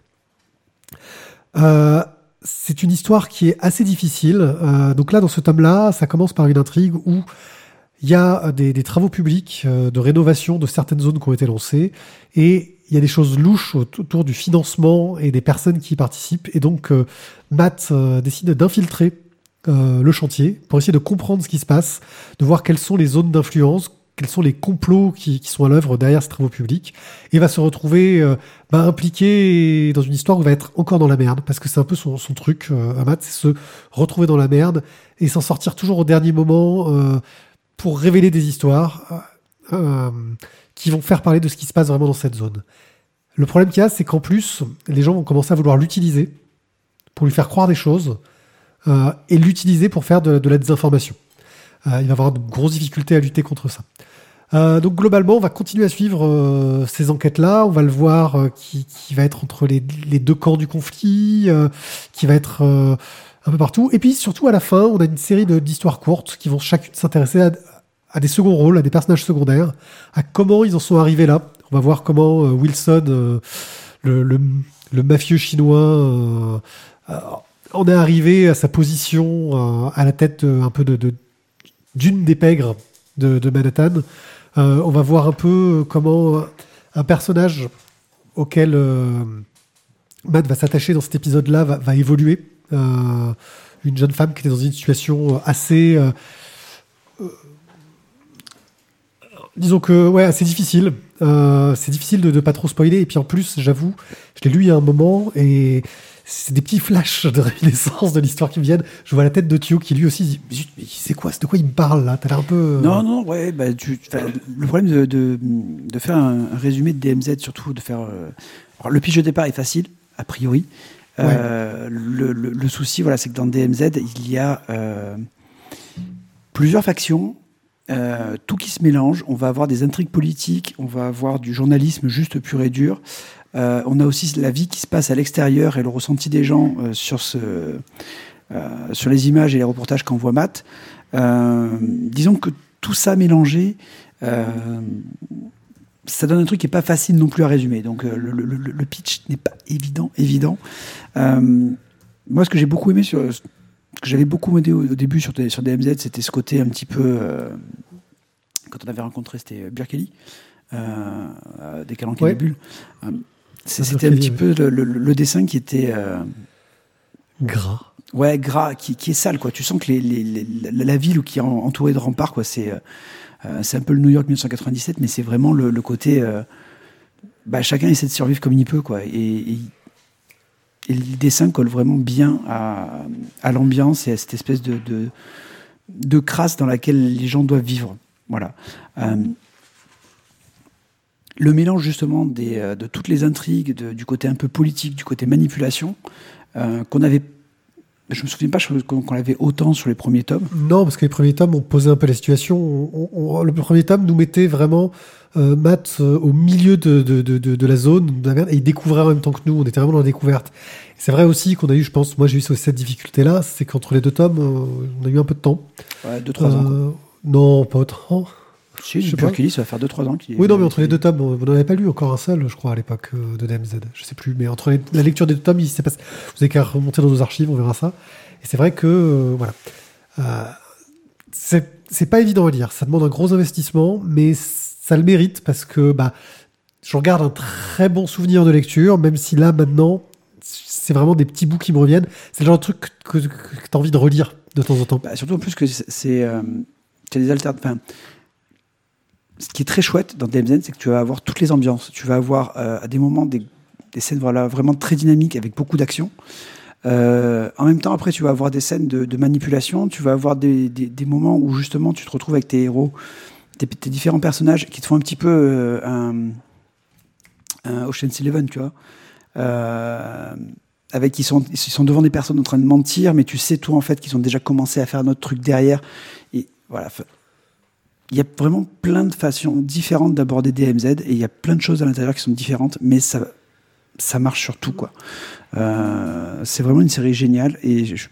Euh, c'est une histoire qui est assez difficile. Euh, donc là, dans ce tome-là, ça commence par une intrigue où il y a des, des travaux publics euh, de rénovation de certaines zones qui ont été lancées et il y a des choses louches autour du financement et des personnes qui y participent. Et donc, euh, Matt euh, décide d'infiltrer euh, le chantier pour essayer de comprendre ce qui se passe, de voir quelles sont les zones d'influence, quels sont les complots qui, qui sont à l'œuvre derrière ces travaux publics, et va se retrouver euh, bah, impliqué dans une histoire où il va être encore dans la merde, parce que c'est un peu son, son truc, euh, à Matt, c'est se retrouver dans la merde et s'en sortir toujours au dernier moment euh, pour révéler des histoires euh, qui vont faire parler de ce qui se passe vraiment dans cette zone. Le problème qu'il y a, c'est qu'en plus, les gens vont commencer à vouloir l'utiliser pour lui faire croire des choses euh, et l'utiliser pour faire de, de la désinformation. Euh, il va avoir de grosses difficultés à lutter contre ça. Euh, donc globalement, on va continuer à suivre euh, ces enquêtes-là. On va le voir euh, qui, qui va être entre les, les deux camps du conflit, euh, qui va être euh, un peu partout. Et puis surtout à la fin, on a une série de, d'histoires courtes qui vont chacune s'intéresser à, à des seconds rôles, à des personnages secondaires, à comment ils en sont arrivés là. On va voir comment euh, Wilson, euh, le, le, le mafieux chinois, euh, euh, en est arrivé à sa position euh, à la tête euh, un peu de, de d'une des pègres de, de Manhattan. Euh, on va voir un peu comment un personnage auquel euh, Matt va s'attacher dans cet épisode-là va, va évoluer. Euh, une jeune femme qui était dans une situation assez... Euh, euh, disons que, ouais, assez difficile. Euh, c'est difficile de ne pas trop spoiler. Et puis en plus, j'avoue, je l'ai lu il y a un moment et c'est des petits flashs de réminiscence de l'histoire qui me viennent. Je vois la tête de Thio qui lui aussi dit mais, mais c'est quoi, c'est de quoi il me parle là? T'as l'air un peu. Euh... Non, non, ouais, bah, tu, le problème de, de, de faire un, un résumé de D M Z, surtout de faire. Euh, alors, le pitch de départ est facile, a priori. Ouais. Euh, le, le, le souci, voilà, c'est que dans D M Z, il y a euh, plusieurs factions. Euh, tout qui se mélange, on va avoir des intrigues politiques, on va avoir du journalisme juste pur et dur, euh, on a aussi la vie qui se passe à l'extérieur et le ressenti des gens euh, sur, ce, euh, sur les images et les reportages qu'envoie Matt. Euh, disons que tout ça mélangé, euh, ça donne un truc qui n'est pas facile non plus à résumer. Donc euh, le, le, le pitch n'est pas évident, évident. Euh, moi, ce que j'ai beaucoup aimé sur... Ce que j'avais beaucoup aidé au, au début sur, sur D M Z, c'était ce côté un petit peu... Euh, quand on avait rencontré, c'était Burkelly, euh, euh, des Calanques et ouais. des Bulles. Euh, c'était un petit peu le, le, le dessin qui était... Euh, gras. Ouais, gras, qui, qui est sale, quoi. Tu sens que les, les, les, la, la ville qui est entourée de remparts, quoi, c'est, euh, c'est un peu le New York mille neuf cent quatre-vingt-dix-sept, mais c'est vraiment le, le côté... Euh, bah, chacun essaie de survivre comme il peut, quoi. Et, et, et le dessin colle vraiment bien à, à l'ambiance et à cette espèce de, de, de crasse dans laquelle les gens doivent vivre. Voilà. Euh, le mélange justement des, de toutes les intrigues, de, du côté un peu politique, du côté manipulation, euh, qu'on avait. Je me souviens pas qu'on, qu'on l'avait autant sur les premiers tomes. Non, parce que les premiers tomes, on posait un peu la situation. On, on, le premier tome nous mettait vraiment euh, Matt euh, au milieu de, de, de, de, de la zone de la merde, et il découvrait en même temps que nous. On était vraiment dans la découverte. Et c'est vrai aussi qu'on a eu, je pense, moi j'ai eu cette difficulté-là, c'est qu'entre les deux tomes, euh, on a eu un peu de temps. Ouais, deux trois euh, ans. Non, pas autant. Si, je sais pas. Ça va faire deux trois ans qu'il est. Oui, non, mais entre les deux tomes, vous n'en avez pas lu encore un seul, je crois, à l'époque euh, de D M Z. Je sais plus, mais entre les, la lecture des deux tomes, il s'est passé. Vous avez qu'à remonter dans nos archives, on verra ça. Et c'est vrai que, euh, voilà. Euh, c'est, c'est pas évident à lire. Ça demande un gros investissement, mais ça le mérite parce que, bah, je regarde un très bon souvenir de lecture, même si là, maintenant, c'est vraiment des petits bouts qui me reviennent. C'est le genre de truc que, que, que t'as envie de relire de temps en temps. Bah, surtout en plus que c'est, c'est, euh, c'est des alternatives. Ce qui est très chouette dans D M Z, c'est que tu vas avoir toutes les ambiances. Tu vas avoir euh, à des moments des, des scènes voilà, vraiment très dynamiques avec beaucoup d'action. Euh, en même temps, après, tu vas avoir des scènes de, de manipulation. Tu vas avoir des, des, des moments où justement tu te retrouves avec tes héros, tes, tes différents personnages qui te font un petit peu euh, un, un Ocean's Eleven, tu vois. Euh, avec ils sont, ils sont devant des personnes en train de mentir, mais tu sais toi en fait qu'ils ont déjà commencé à faire un autre truc derrière. Et voilà. Il y a vraiment plein de façons différentes d'aborder D M Z et il y a plein de choses à l'intérieur qui sont différentes, mais ça, ça marche sur tout, quoi. Euh, c'est vraiment une série géniale et je...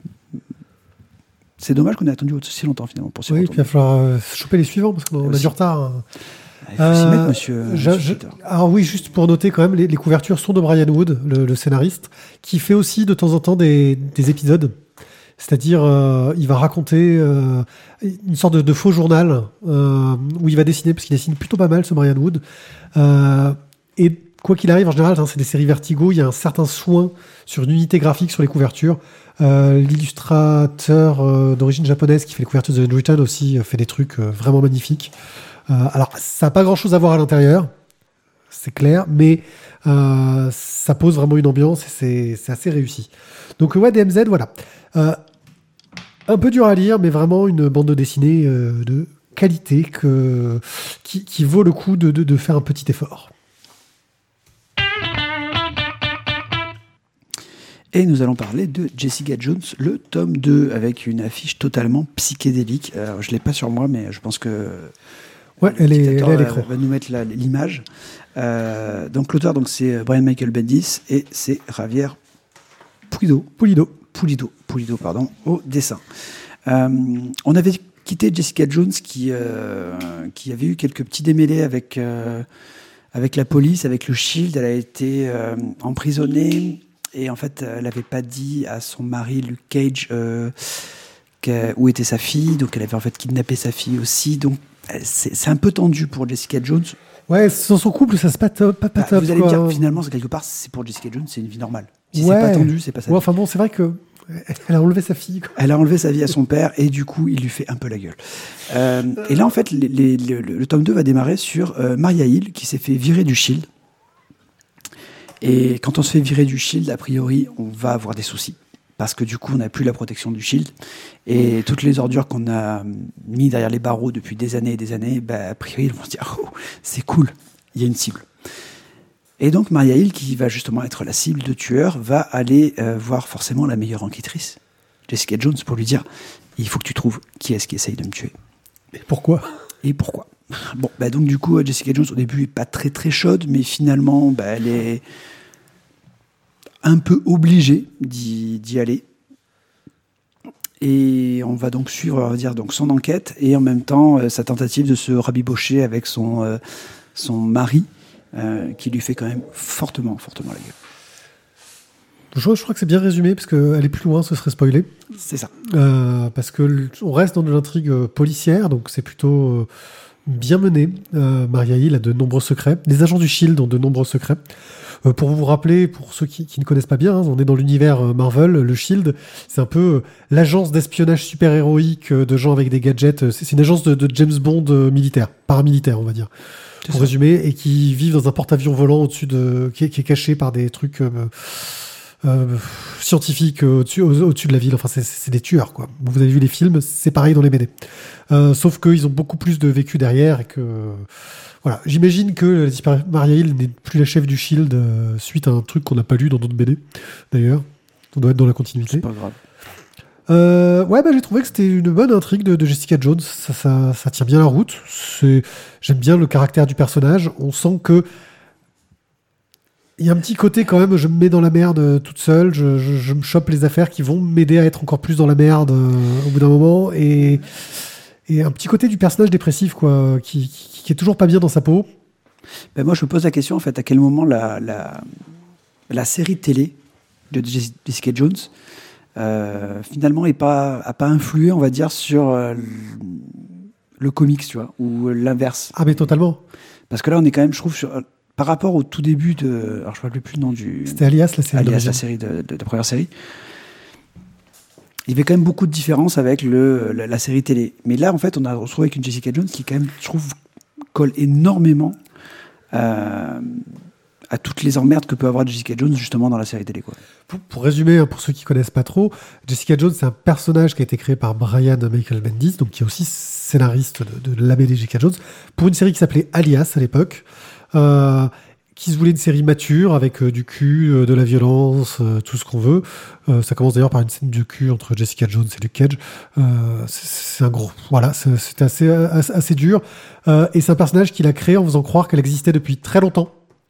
c'est dommage qu'on ait attendu aussi longtemps finalement pour s'y Oui, retourner. puis il va falloir euh, choper les suivants parce qu'on a du retard. Hein. Il faut euh, s'y mettre, monsieur. Je, monsieur je, alors oui, juste pour noter quand même, les, les couvertures sont de Brian Wood, le, le scénariste, qui fait aussi de temps en temps des, des épisodes. C'est-à-dire, euh, il va raconter euh, une sorte de, de faux journal euh, où il va dessiner, parce qu'il dessine plutôt pas mal, ce Brian Wood. Euh, et quoi qu'il arrive, en général, hein, c'est des séries Vertigo, il y a un certain soin sur une unité graphique sur les couvertures. Euh, l'illustrateur euh, d'origine japonaise qui fait les couvertures de The Unwritten aussi euh, fait des trucs euh, vraiment magnifiques. Euh, alors, ça n'a pas grand-chose à voir à l'intérieur, c'est clair, mais euh, ça pose vraiment une ambiance et c'est, c'est assez réussi. Donc, ouais, D M Z, voilà. Euh, un peu dur à lire, mais vraiment une bande de dessinée euh, de qualité que, qui, qui vaut le coup de, de, de faire un petit effort. Et nous allons parler de Jessica Jones, le tome deux, avec une affiche totalement psychédélique. Alors, je ne l'ai pas sur moi, mais je pense que ouais, elle est, elle est à l'écran. Va, va nous mettre la, l'image. Euh, donc, l'auteur, donc, c'est Brian Michael Bendis et c'est Javier Pulido. Pulido. Pulido, Pulido, pardon, au dessin. Euh, on avait quitté Jessica Jones qui, euh, qui avait eu quelques petits démêlés avec, euh, avec la police, avec le Shield. Elle a été euh, emprisonnée et en fait, elle n'avait pas dit à son mari, Luke Cage, euh, où était sa fille. Donc, elle avait en fait kidnappé sa fille aussi. Donc, c'est, c'est un peu tendu pour Jessica Jones. Ouais, sans son couple, ça se passe pas, pas, pas bah, top. Vous allez quoi. me dire, finalement, c'est quelque part, c'est pour Jessica Jones, c'est une vie normale. Si ouais. c'est pas tendu, c'est pas ça. Ouais, enfin bon, c'est vrai que elle a enlevé sa fille. Quoi. Elle a enlevé sa vie à son père et du coup, il lui fait un peu la gueule. Euh, et là, en fait, les, les, le, le tome deux va démarrer sur euh, Maria Hill qui s'est fait virer du Shield. Et quand on se fait virer du Shield, a priori, on va avoir des soucis. Parce que du coup, on n'a plus la protection du Shield. Et toutes les ordures qu'on a mis derrière les barreaux depuis des années et des années, bah, a priori, ils vont se dire « Oh, c'est cool, il y a une cible ». Et donc Maria Hill, qui va justement être la cible de tueur, va aller euh, voir forcément la meilleure enquêtrice, Jessica Jones, pour lui dire « Il faut que tu trouves qui est-ce qui essaye de me tuer. » Et pourquoi ? Et pourquoi ? Bon, bah donc du coup, Jessica Jones, au début, n'est pas très très chaude, mais finalement, bah, elle est un peu obligée d'y, d'y aller. Et on va donc suivre, on va dire, donc son enquête, et en même temps, euh, sa tentative de se rabibocher avec son, euh, son mari, Euh, qui lui fait quand même fortement, fortement la gueule. Je, je crois que c'est bien résumé, parce qu'aller plus loin, ce serait spoiler. C'est ça. Euh, parce qu'on reste dans de l'intrigue policière, donc c'est plutôt euh, bien mené. Euh, Maria Hill a de nombreux secrets. Les agents du Shield ont de nombreux secrets. Euh, pour vous rappeler, pour ceux qui, qui ne connaissent pas bien, hein, on est dans l'univers Marvel. Le Shield, c'est un peu l'agence d'espionnage super-héroïque de gens avec des gadgets. C'est, c'est une agence de, de James Bond militaire, paramilitaire, on va dire. pour ça. résumer, et qui vivent dans un porte-avions volant au-dessus de, qui est, qui est caché par des trucs euh, euh, scientifiques au-dessus, au- au-dessus de la ville. Enfin, c'est, c'est des tueurs, quoi. Vous avez vu les films, c'est pareil dans les B D. Euh, sauf qu'ils ont beaucoup plus de vécu derrière et que, voilà. J'imagine que la disparue Maria Hill n'est plus la chef du Shield euh, suite à un truc qu'on n'a pas lu dans d'autres B D, d'ailleurs. On doit être dans la continuité. C'est pas grave. Euh, ouais, bah, j'ai trouvé que c'était une bonne intrigue de, de Jessica Jones. Ça, ça, ça tient bien la route. C'est, j'aime bien le caractère du personnage. On sent que il y a un petit côté quand même. Je me mets dans la merde euh, toute seule. Je, je, je me chope les affaires qui vont m'aider à être encore plus dans la merde euh, au bout d'un moment. Et, et un petit côté du personnage dépressif, quoi, qui, qui, qui est toujours pas bien dans sa peau. Ben moi, je me pose la question, en fait, à quel moment la, la, la série télé de Jess- Jessica Jones, euh, finalement, n'a pas, a pas influé, on va dire, sur euh, le, le comics, tu vois, ou l'inverse. Ah, mais totalement. Parce que là, on est quand même, je trouve, sur, par rapport au tout début de... Alors, je ne me rappelle plus le nom du... C'était Alias, la série. Alias, d'origine. la série de, de, de la première série. Il y avait quand même beaucoup de différences avec le, la, la série télé. Mais là, en fait, on a retrouvé avec une Jessica Jones qui, quand même, je trouve, colle énormément euh, à toutes les emmerdes que peut avoir Jessica Jones, justement, dans la série télé, quoi. Pour, pour résumer, hein, pour ceux qui connaissent pas trop, Jessica Jones, c'est un personnage qui a été créé par Brian Michael Bendis, donc qui est aussi scénariste de, de la B D Jessica Jones, pour une série qui s'appelait Alias à l'époque, euh, qui se voulait une série mature avec euh, du cul, euh, de la violence, euh, tout ce qu'on veut. Euh, ça commence d'ailleurs par une scène de cul entre Jessica Jones et Luke Cage. Euh, c'est, c'est un gros, voilà, c'est, c'était assez, assez, assez dur. Euh, et c'est un personnage qu'il a créé en faisant croire qu'elle existait depuis très longtemps.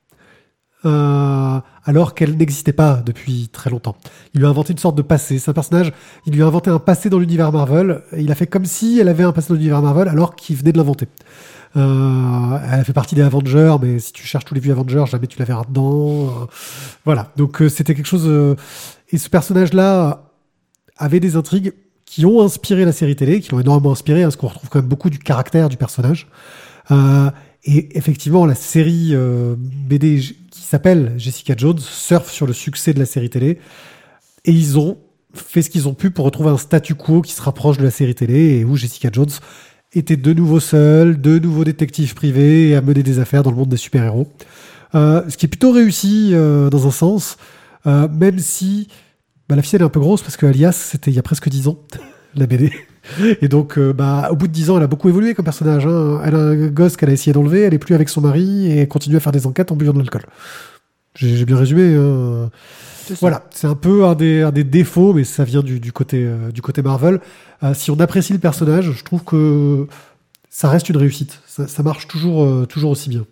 Euh, alors qu'elle n'existait pas depuis très longtemps. Il lui a inventé une sorte de passé. C'est un personnage, il lui a inventé un passé dans l'univers Marvel. Et il a fait comme si elle avait un passé dans l'univers Marvel alors qu'il venait de l'inventer. Euh, elle a fait partie des Avengers, mais si tu cherches tous les vieux Avengers, jamais tu la verras dedans. Euh, voilà. Donc euh, c'était quelque chose... Euh, et ce personnage-là avait des intrigues qui ont inspiré la série télé, qui l'ont énormément inspiré, hein, parce qu'on retrouve quand même beaucoup du caractère du personnage. Euh, et effectivement, la série euh, B D qui s'appelle Jessica Jones surfe sur le succès de la série télé. Et ils ont fait ce qu'ils ont pu pour retrouver un statu quo qui se rapproche de la série télé et où Jessica Jones était de nouveau seule, de nouveau détective privé et à mener des affaires dans le monde des super-héros. Euh, ce qui est plutôt réussi euh, dans un sens, euh, même si bah, la ficelle est un peu grosse parce que Alias, c'était il y a presque dix ans, la B D. Et donc, euh, bah, au bout de dix ans, elle a beaucoup évolué comme personnage. Hein. Elle a un gosse qu'elle a essayé d'enlever, elle est plus avec son mari et elle continue à faire des enquêtes en buvant de l'alcool. J'ai, j'ai bien résumé. Hein. C'est Voilà, c'est un peu un des, un des défauts, mais ça vient du, du, côté, euh, du côté Marvel. Euh, si on apprécie le personnage, je trouve que ça reste une réussite. Ça, ça marche toujours, euh, toujours aussi bien.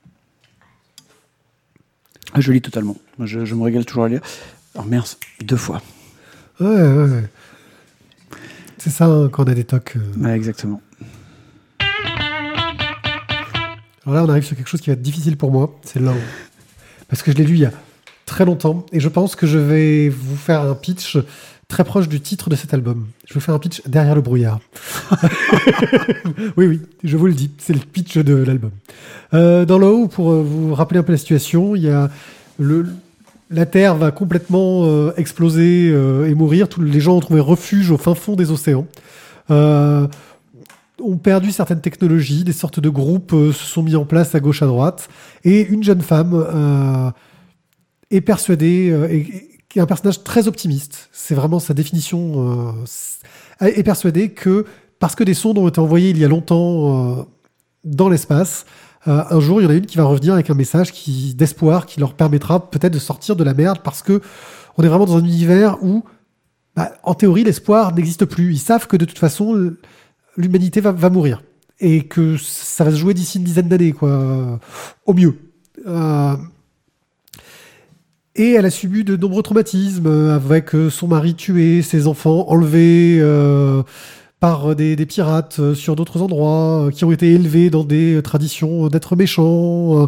Ah, je lis totalement. Moi, Je, je me régale toujours à lire. Alors, merde, deux fois. Ouais, ouais, ouais. C'est ça hein, quand on a des tocs. Euh... Ouais, exactement. Alors là, on arrive sur quelque chose qui va être difficile pour moi. C'est l'un. Parce que je l'ai lu il y a très longtemps. Et je pense que je vais vous faire un pitch très proche du titre de cet album. Je vais vous faire un pitch derrière le brouillard. oui, oui, je vous le dis. C'est le pitch de l'album. Euh, dans le haut, pour euh, vous rappeler un peu la situation, il y a le... La Terre va complètement euh, exploser euh, et mourir. Tous les gens ont trouvé refuge au fin fond des océans. Euh, ont perdu certaines technologies. Des sortes de groupes euh, se sont mis en place à gauche, à droite. Et une jeune femme euh, est persuadée, euh, et, et, qui est un personnage très optimiste. C'est vraiment sa définition. Euh, est persuadée que parce que des sondes ont été envoyées il y a longtemps euh, dans l'espace, Euh, un jour, il y en a une qui va revenir avec un message qui, d'espoir qui leur permettra peut-être de sortir de la merde parce que on est vraiment dans un univers où, bah, en théorie, l'espoir n'existe plus. Ils savent que de toute façon, l'humanité va, va mourir et que ça va se jouer d'ici une dizaine d'années, quoi, au mieux. Euh, et elle a subi de nombreux traumatismes avec son mari tué, ses enfants enlevés. Euh, par des, des pirates euh, sur d'autres endroits, euh, qui ont été élevés dans des euh, traditions euh, d'être méchants. Euh.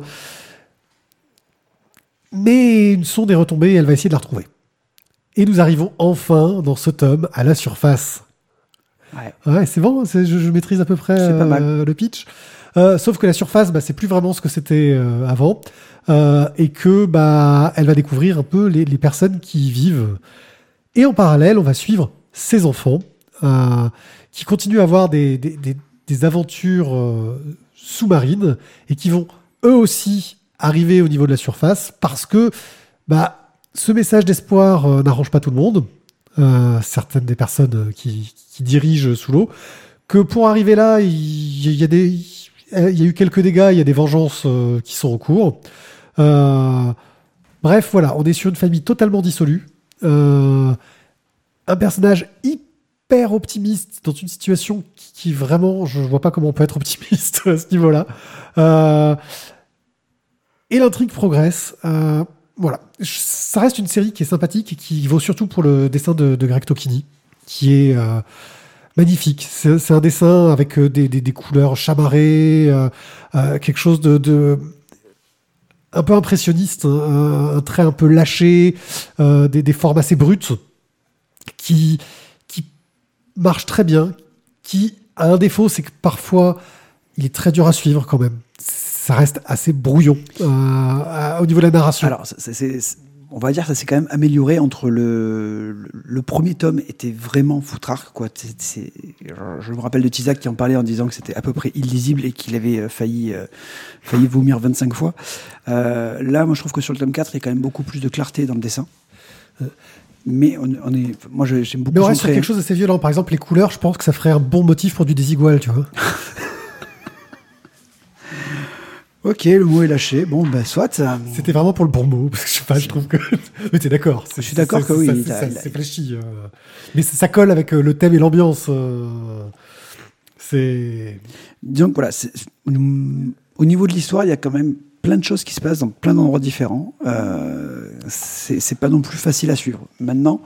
Mais une sonde est retombée et elle va essayer de la retrouver. Et nous arrivons enfin, dans ce tome, à la surface. Ouais, ouais c'est bon, c'est, je, je maîtrise à peu près c'est pas mal. Euh, le pitch. Euh, sauf que la surface, bah, c'est plus vraiment ce que c'était euh, avant. Euh, et que bah, elle va découvrir un peu les, les personnes qui y vivent. Et en parallèle, on va suivre ses enfants, Euh, qui continue à avoir des, des, des, des aventures euh, sous-marines et qui vont eux aussi arriver au niveau de la surface parce que bah, ce message d'espoir euh, n'arrange pas tout le monde, euh, certaines des personnes qui, qui dirigent sous l'eau, que pour arriver là, il y, y a des, il y a eu quelques dégâts, il y a des vengeances euh, qui sont en cours. Euh, bref, voilà, on est sur une famille totalement dissolue. Euh, un personnage hyper optimiste dans une situation qui, qui vraiment, je vois pas comment on peut être optimiste à ce niveau-là. Euh, et l'intrigue progresse. Euh, voilà, ça reste une série qui est sympathique et qui vaut surtout pour le dessin de, de Greg Tocchini, qui est euh, magnifique. C'est, c'est un dessin avec des, des, des couleurs chamarrées, euh, euh, quelque chose de, de un peu impressionniste, hein, un, un trait un peu lâché, euh, des, des formes assez brutes, qui, qui marchent très bien, qui a un défaut, c'est que parfois, il est très dur à suivre quand même. Ça reste assez brouillon euh, à, au niveau de la narration. Alors, c'est, c'est, c'est, on va dire que ça s'est quand même amélioré entre le, le, le premier tome était vraiment foutrard, quoi. C'est, c'est, je me rappelle de Tizak qui en parlait en disant que c'était à peu près illisible et qu'il avait failli, euh, failli vomir vingt-cinq fois. Euh, là, moi, je trouve que sur le tome quatre, il y a quand même beaucoup plus de clarté dans le dessin. Euh, mais on, on est, moi, j'aime beaucoup. Mais on reste sur quelque chose d'assez violent. Par exemple, les couleurs, je pense que ça ferait un bon motif pour du Desigual, tu vois. Ok, le mot est lâché. Bon, ben, soit. C'était vraiment pour le bon mot, parce que je sais pas, je trouve que. Mais t'es d'accord. Je suis d'accord que oui. Ça, il c'est, a, ça, il a... c'est flashy. Euh... Mais ça, ça colle avec le thème et l'ambiance. Euh... C'est. Donc voilà, c'est... au niveau de l'histoire, il y a quand même plein de choses qui se passent dans plein d'endroits différents. Euh... C'est... c'est pas non plus facile à suivre. Maintenant.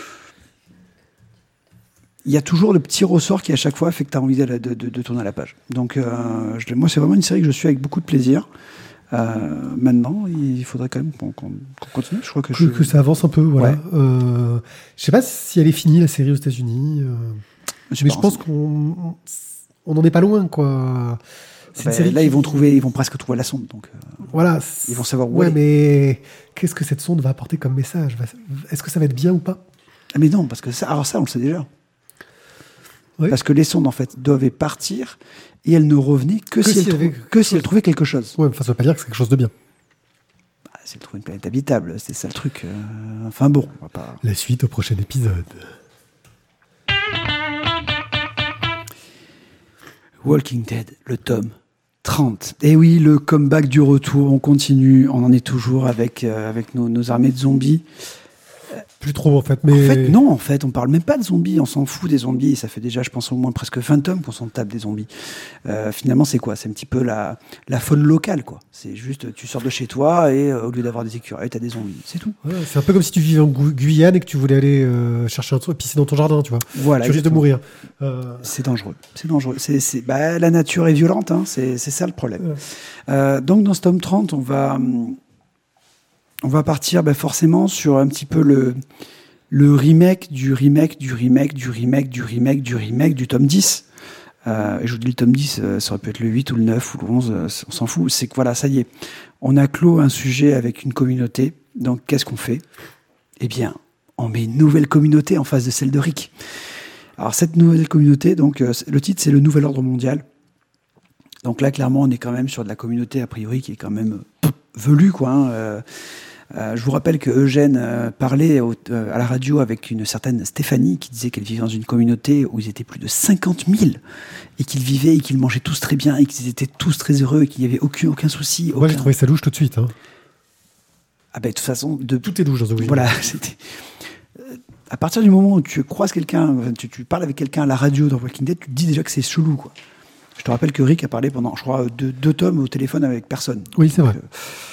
Il y a toujours le petit ressort qui, à chaque fois, fait que tu as envie de, de, de, de tourner à la page. Donc, euh, je, moi, c'est vraiment une série que je suis avec beaucoup de plaisir. Euh, maintenant, il faudrait quand même qu'on, qu'on, qu'on continue. Je crois que, que, je... que ça avance un peu, voilà. Ouais. Euh, je sais pas si elle est finie, la série aux États-Unis. Euh, je mais pense. je pense qu'on on n'en est pas loin, quoi. C'est bah, une série là, qui... ils vont trouver, ils vont presque trouver la sonde. Donc, euh, voilà. Ils vont savoir où ouais, elle est. Mais qu'est-ce que cette sonde va apporter comme message ? Est-ce que ça va être bien ou pas ? Ah, mais non, parce que ça, alors ça, on le sait déjà. Oui. Parce que les sondes, en fait, devaient partir et elles ne revenaient que, que si, si, elles, avait... trou- que si elles trouvaient quelque chose. Ouais, enfin, ça ne veut pas dire que c'est quelque chose de bien. Bah, si elles trouvaient une planète habitable, c'est ça le truc. Euh... Enfin bon, on va pas... La suite au prochain épisode. Walking Dead, le tome trente. Et oui, le comeback du retour, on continue, on en est toujours avec, euh, avec nos, nos armées de zombies. Plus trop en fait, mais... En fait, non, en fait, on parle même pas de zombies, on s'en fout des zombies, ça fait déjà, je pense, au moins presque vingt tomes qu'on s'en tape des zombies. Euh, finalement, c'est quoi ? C'est un petit peu la, la faune locale, quoi. C'est juste, tu sors de chez toi et euh, au lieu d'avoir des écureuils, t'as des zombies, c'est tout. Ouais, c'est un peu comme si tu vivais en Gu- Guyane et que tu voulais aller euh, chercher un truc, pisser dans ton jardin, tu vois. Voilà. Tu risques de mourir. Euh... C'est dangereux, c'est dangereux. C'est, c'est, bah, la nature est violente, hein, c'est, c'est ça le problème. Ouais. Euh, donc, dans ce tome trente, on va... On va partir bah, forcément sur un petit peu le, le remake du remake du remake du remake du remake du remake du tome dix. Euh, et je vous dis le tome dix, euh, ça aurait pu être le huit ou le neuf ou le onze, euh, on s'en fout. C'est que voilà, ça y est, on a clos un sujet avec une communauté. Donc qu'est-ce qu'on fait ? Eh bien, on met une nouvelle communauté en face de celle de Rick. Alors cette nouvelle communauté, donc euh, le titre c'est le Nouvel Ordre Mondial. Donc là, clairement, on est quand même sur de la communauté, a priori, qui est quand même euh, velue, quoi. Hein, euh, Euh, je vous rappelle que Eugène euh, parlait au, euh, à la radio avec une certaine Stéphanie qui disait qu'elle vivait dans une communauté où ils étaient plus de cinquante mille et qu'ils vivaient et qu'ils mangeaient tous très bien et qu'ils étaient tous très heureux et qu'il n'y avait aucun, aucun souci. Moi, aucun... j'ai trouvé ça louche tout de suite. Hein. Ah ben, de toute façon... De... Tout est louche dans The Walking Dead. Voilà, c'était... Euh, à partir du moment où tu croises quelqu'un, tu, tu parles avec quelqu'un à la radio dans Walking Dead, tu te dis déjà que c'est chelou, quoi. Je te rappelle que Rick a parlé pendant, je crois, deux, deux tomes au téléphone avec personne. Oui, c'est donc, vrai. Euh...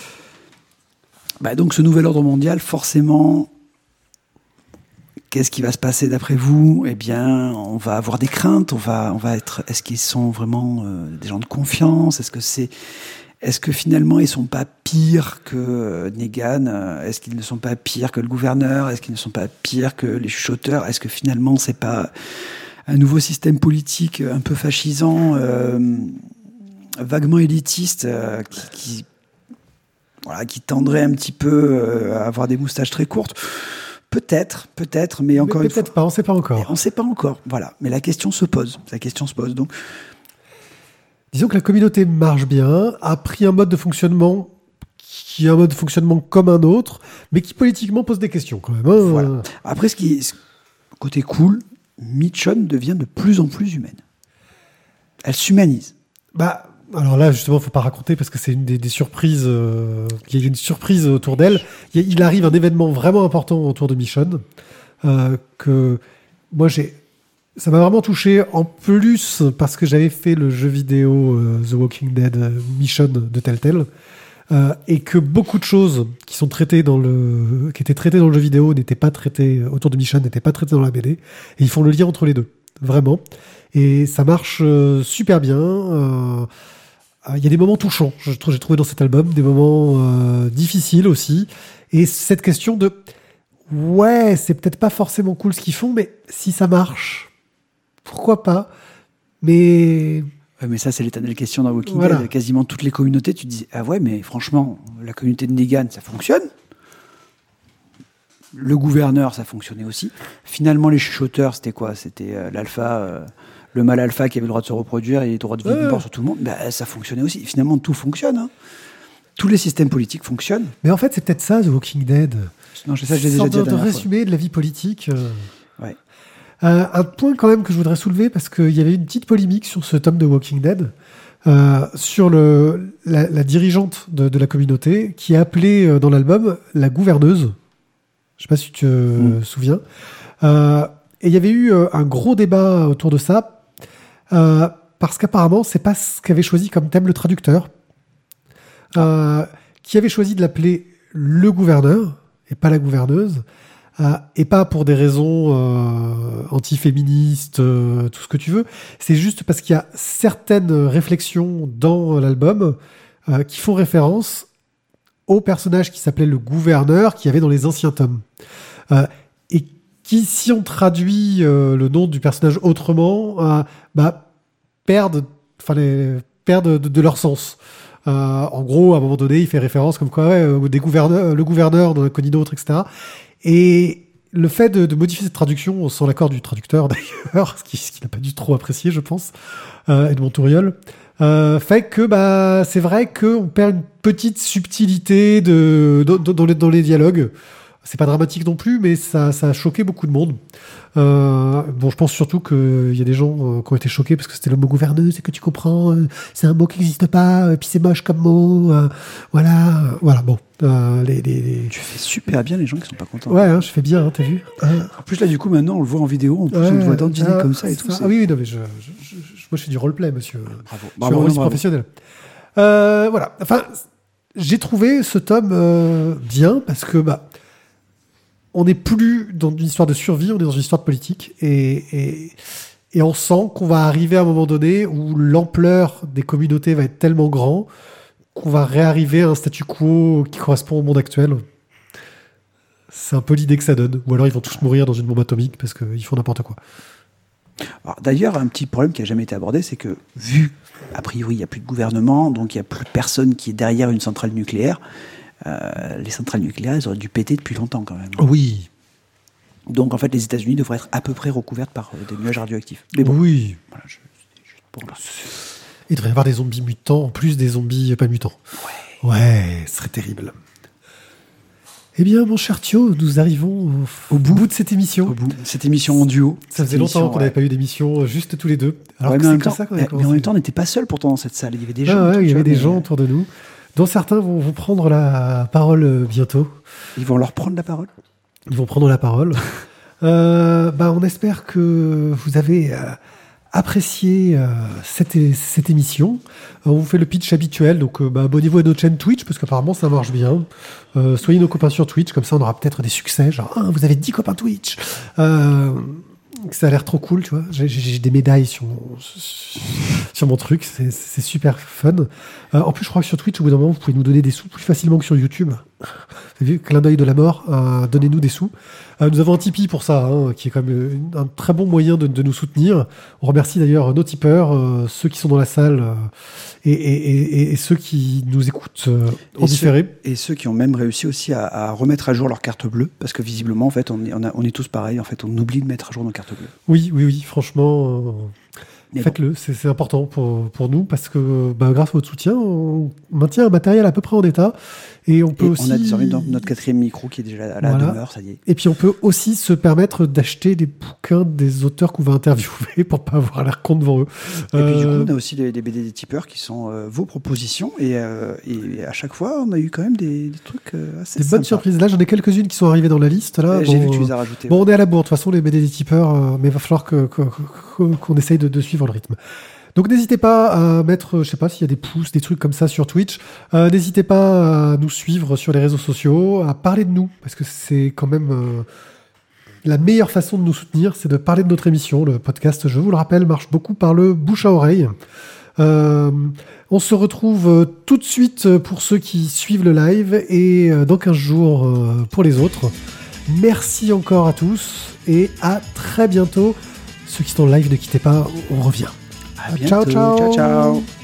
Bah donc ce nouvel ordre mondial, forcément, qu'est-ce qui va se passer d'après vous ? Eh bien, on va avoir des craintes, on va, on va être. Est-ce qu'ils sont vraiment euh, des gens de confiance ? Est-ce que c'est, est-ce que finalement ils sont pas pires que euh, Negan ? Est-ce qu'ils ne sont pas pires que le gouverneur ? Est-ce qu'ils ne sont pas pires que les chuchoteurs ? Est-ce que finalement c'est pas un nouveau système politique un peu fascisant, euh, vaguement élitiste, euh, qui, qui Voilà, qui tendrait un petit peu euh, à avoir des moustaches très courtes. Peut-être, peut-être, mais encore mais une peut-être fois... pas, on ne sait pas encore. On ne sait pas encore, voilà. Mais la question se pose, la question se pose. Donc, disons que la communauté marche bien, a pris un mode de fonctionnement qui est un mode de fonctionnement comme un autre, mais qui politiquement pose des questions quand même. Hein. Voilà. Après, ce qui est côté cool, Michonne devient de plus en plus humaine. Elle s'humanise. Bah, alors là, justement, faut pas raconter parce que c'est une des, des surprises. Euh, il y a une surprise autour d'elle. Il, y a, il arrive un événement vraiment important autour de Michonne euh, que moi j'ai. Ça m'a vraiment touché. En plus, parce que j'avais fait le jeu vidéo euh, The Walking Dead euh, Michonne de Telltale. Euh, et que beaucoup de choses qui sont traitées dans le, qui étaient traitées dans le jeu vidéo n'étaient pas traitées autour de Michonne, n'étaient pas traitées dans la B D. Et ils font le lien entre les deux, vraiment. Et ça marche euh, super bien. Il euh, y a des moments touchants, je trouve, j'ai trouvé dans cet album, des moments euh, difficiles aussi. Et cette question de, ouais, c'est peut-être pas forcément cool ce qu'ils font, mais si ça marche, pourquoi pas. Mais Ouais, mais ça, c'est l'éternelle question dans Walking Voilà. Dead. Quasiment toutes les communautés, tu te dis, ah ouais, mais franchement, la communauté de Negan, ça fonctionne. Le gouverneur, ça fonctionnait aussi. Finalement, les chuchoteurs, c'était quoi? C'était euh, l'alpha, euh, le mâle alpha qui avait le droit de se reproduire et le droit de vivre Ouais. sur tout le monde. Bah, ça fonctionnait aussi. Finalement, tout fonctionne. Hein. Tous les systèmes politiques fonctionnent. Mais en fait, c'est peut-être ça, The Walking Dead. Non, je sais, je l'ai Une déjà sorte dit la de, de dernière fois. résumé de la vie politique. euh. Ouais. Euh, un point quand même que je voudrais soulever, parce qu'il y avait une petite polémique sur ce tome de Walking Dead, euh, sur le, la, la dirigeante de, de la communauté, qui est appelée euh, dans l'album la gouverneuse. Je sais pas si tu te Mm. souviens. Euh, et il y avait eu euh, un gros débat autour de ça, euh, parce qu'apparemment, c'est pas ce qu'avait choisi comme thème le traducteur, euh, qui avait choisi de l'appeler le gouverneur, et pas la gouverneuse. Euh, et pas pour des raisons euh, antiféministes, euh, tout ce que tu veux. C'est juste parce qu'il y a certaines réflexions dans l'album euh, qui font référence au personnage qui s'appelait le gouverneur, qui y avait dans les anciens tomes. Euh, et qui, si on traduit euh, le nom du personnage autrement, euh, bah, perdent, enfin, les, perdent de, de leur sens. Euh, en gros, à un moment donné, il fait référence comme quoi, ouais, euh, des gouverneurs, le gouverneur dans connu d'autres, et cetera. Et le fait de, de modifier cette traduction, sans l'accord du traducteur d'ailleurs, ce qu'il ce qu'il n'a pas dû trop apprécier, je pense, euh, Edmond Touriol, euh, fait que bah, c'est vrai qu'on perd une petite subtilité de, de, de- dans, les, dans les dialogues. C'est pas dramatique non plus, mais ça, ça a choqué beaucoup de monde. Euh, bon, je pense surtout qu'il y a des gens euh, qui ont été choqués parce que c'était le mot gouverneuse, et que tu comprends, euh, c'est un mot qui n'existe pas, et puis c'est moche comme mot. euh, voilà, euh, voilà, bon. Euh, les, les, les- Tu fais super bien les gens qui sont pas contents. Ouais, hein, je fais bien, hein, t'as vu euh, En plus, là, du coup, maintenant, on le voit en vidéo. En plus, ouais, on le voit dans le dîner ah, comme ça et c'est tout. ça. c'est- Ah oui, oui, non, mais je, je, je- je- moi je fais du roleplay, monsieur. Bravo. Je suis un Bravo, humoriste bravo. professionnel. Euh, voilà. Enfin, j'ai trouvé ce tome euh, bien parce que bah, on n'est plus dans une histoire de survie, on est dans une histoire de politique et, et, et on sent qu'on va arriver à un moment donné où l'ampleur des communautés va être tellement grand qu'on va réarriver à un statu quo qui correspond au monde actuel. C'est un peu l'idée que ça donne. Ou alors ils vont tous mourir dans une bombe atomique parce qu'ils font n'importe quoi. Alors, d'ailleurs, un petit problème qui n'a jamais été abordé, c'est que, vu, a priori, il n'y a plus de gouvernement, donc il n'y a plus personne qui est derrière une centrale nucléaire, euh, les centrales nucléaires, elles auraient dû péter depuis longtemps quand même. Oui. Donc, en fait, les États-Unis devraient être à peu près recouvertes par euh, des nuages radioactifs. Mais bon, Oui. voilà, je- c'était juste pour là. Il devrait y avoir des zombies mutants en plus des zombies pas mutants. Ouais. Ouais, ce serait terrible. Eh bien, mon cher Thio, nous arrivons au, au bout de cette émission. Au bout, cette émission en duo. Ça faisait cette longtemps émission, qu'on n'avait ouais. pas eu d'émission euh, juste tous les deux. Alors Ouais, que mais, en c'est même comme temps, ça qu'on a eh, mais commencé. en même temps, on n'était pas seul pourtant dans cette salle. Il y avait des gens. Ah ouais, et tout, il y tu avait vois, des mais gens autour de nous, dont certains vont vous prendre la parole euh, bientôt. Ils vont leur prendre la parole. Ils vont prendre la parole. euh, bah, on espère que vous avez euh, apprécié euh, cette, é- cette émission. Euh, on vous fait le pitch habituel, donc euh, bah, abonnez-vous à notre chaîne Twitch, parce qu'apparemment ça marche bien. Euh, soyez nos copains sur Twitch, comme ça on aura peut-être des succès, genre ah, vous avez dix copains Twitch. Euh, ça a l'air trop cool, tu vois. J'ai, j'ai- j'ai des médailles sur mon, sur mon truc, c'est, c'est super fun. Euh, en plus, je crois que sur Twitch, au bout d'un moment, vous pouvez nous donner des sous plus facilement que sur YouTube. Vous avez vu, clin d'œil de la mort, euh, donnez-nous des sous. Euh, nous avons un Tipeee pour ça, hein, qui est quand même une- un très bon moyen de, de nous soutenir. On remercie d'ailleurs nos tipeurs, euh, ceux qui sont dans la salle euh, et, et- et- et ceux qui nous écoutent euh, en Et différé. ceux, et ceux qui ont même réussi aussi à, à remettre à jour leur carte bleue, parce que visiblement, en fait, on est, on a- on est tous pareils. En fait, on oublie de mettre à jour nos cartes bleues. Oui, oui, oui, franchement. euh, Mais Faites-le, bon. c'est, c'est important pour, pour nous parce que bah, grâce à votre soutien, on maintient un matériel à peu près en état et on peut et aussi. On a désormais notre quatrième micro qui est déjà à la voilà. demeure, ça y est. Et puis on peut aussi se permettre d'acheter des bouquins des auteurs qu'on va interviewer pour pas avoir l'air con devant eux. Et euh... puis du coup, on a aussi les, les B D des tipeurs qui sont euh, vos propositions et, euh, et à chaque fois, on a eu quand même des, des trucs euh, assez des sympas. bonnes surprises. Là, j'en ai quelques-unes qui sont arrivées dans la liste. Là, euh, bon, j'ai vu que tu les as rajoutées. Bon, ouais. on est à la bourre. De toute façon, les B D des tipeurs, euh, mais il va falloir que, que, que, qu'on essaye de, de suivre le rythme. Donc n'hésitez pas à mettre, je sais pas s'il y a des pouces, des trucs comme ça sur Twitch. Euh, n'hésitez pas à nous suivre sur les réseaux sociaux, à parler de nous, parce que c'est quand même euh, la meilleure façon de nous soutenir, c'est de parler de notre émission. Le podcast, je vous le rappelle, marche beaucoup par le bouche à oreille. Euh, on se retrouve tout de suite pour ceux qui suivent le live et dans quinze jours pour les autres. Merci encore à tous et à très bientôt. Ceux qui sont en live, ne quittez pas, on revient. À bientôt. Ciao, ciao. Ciao, ciao.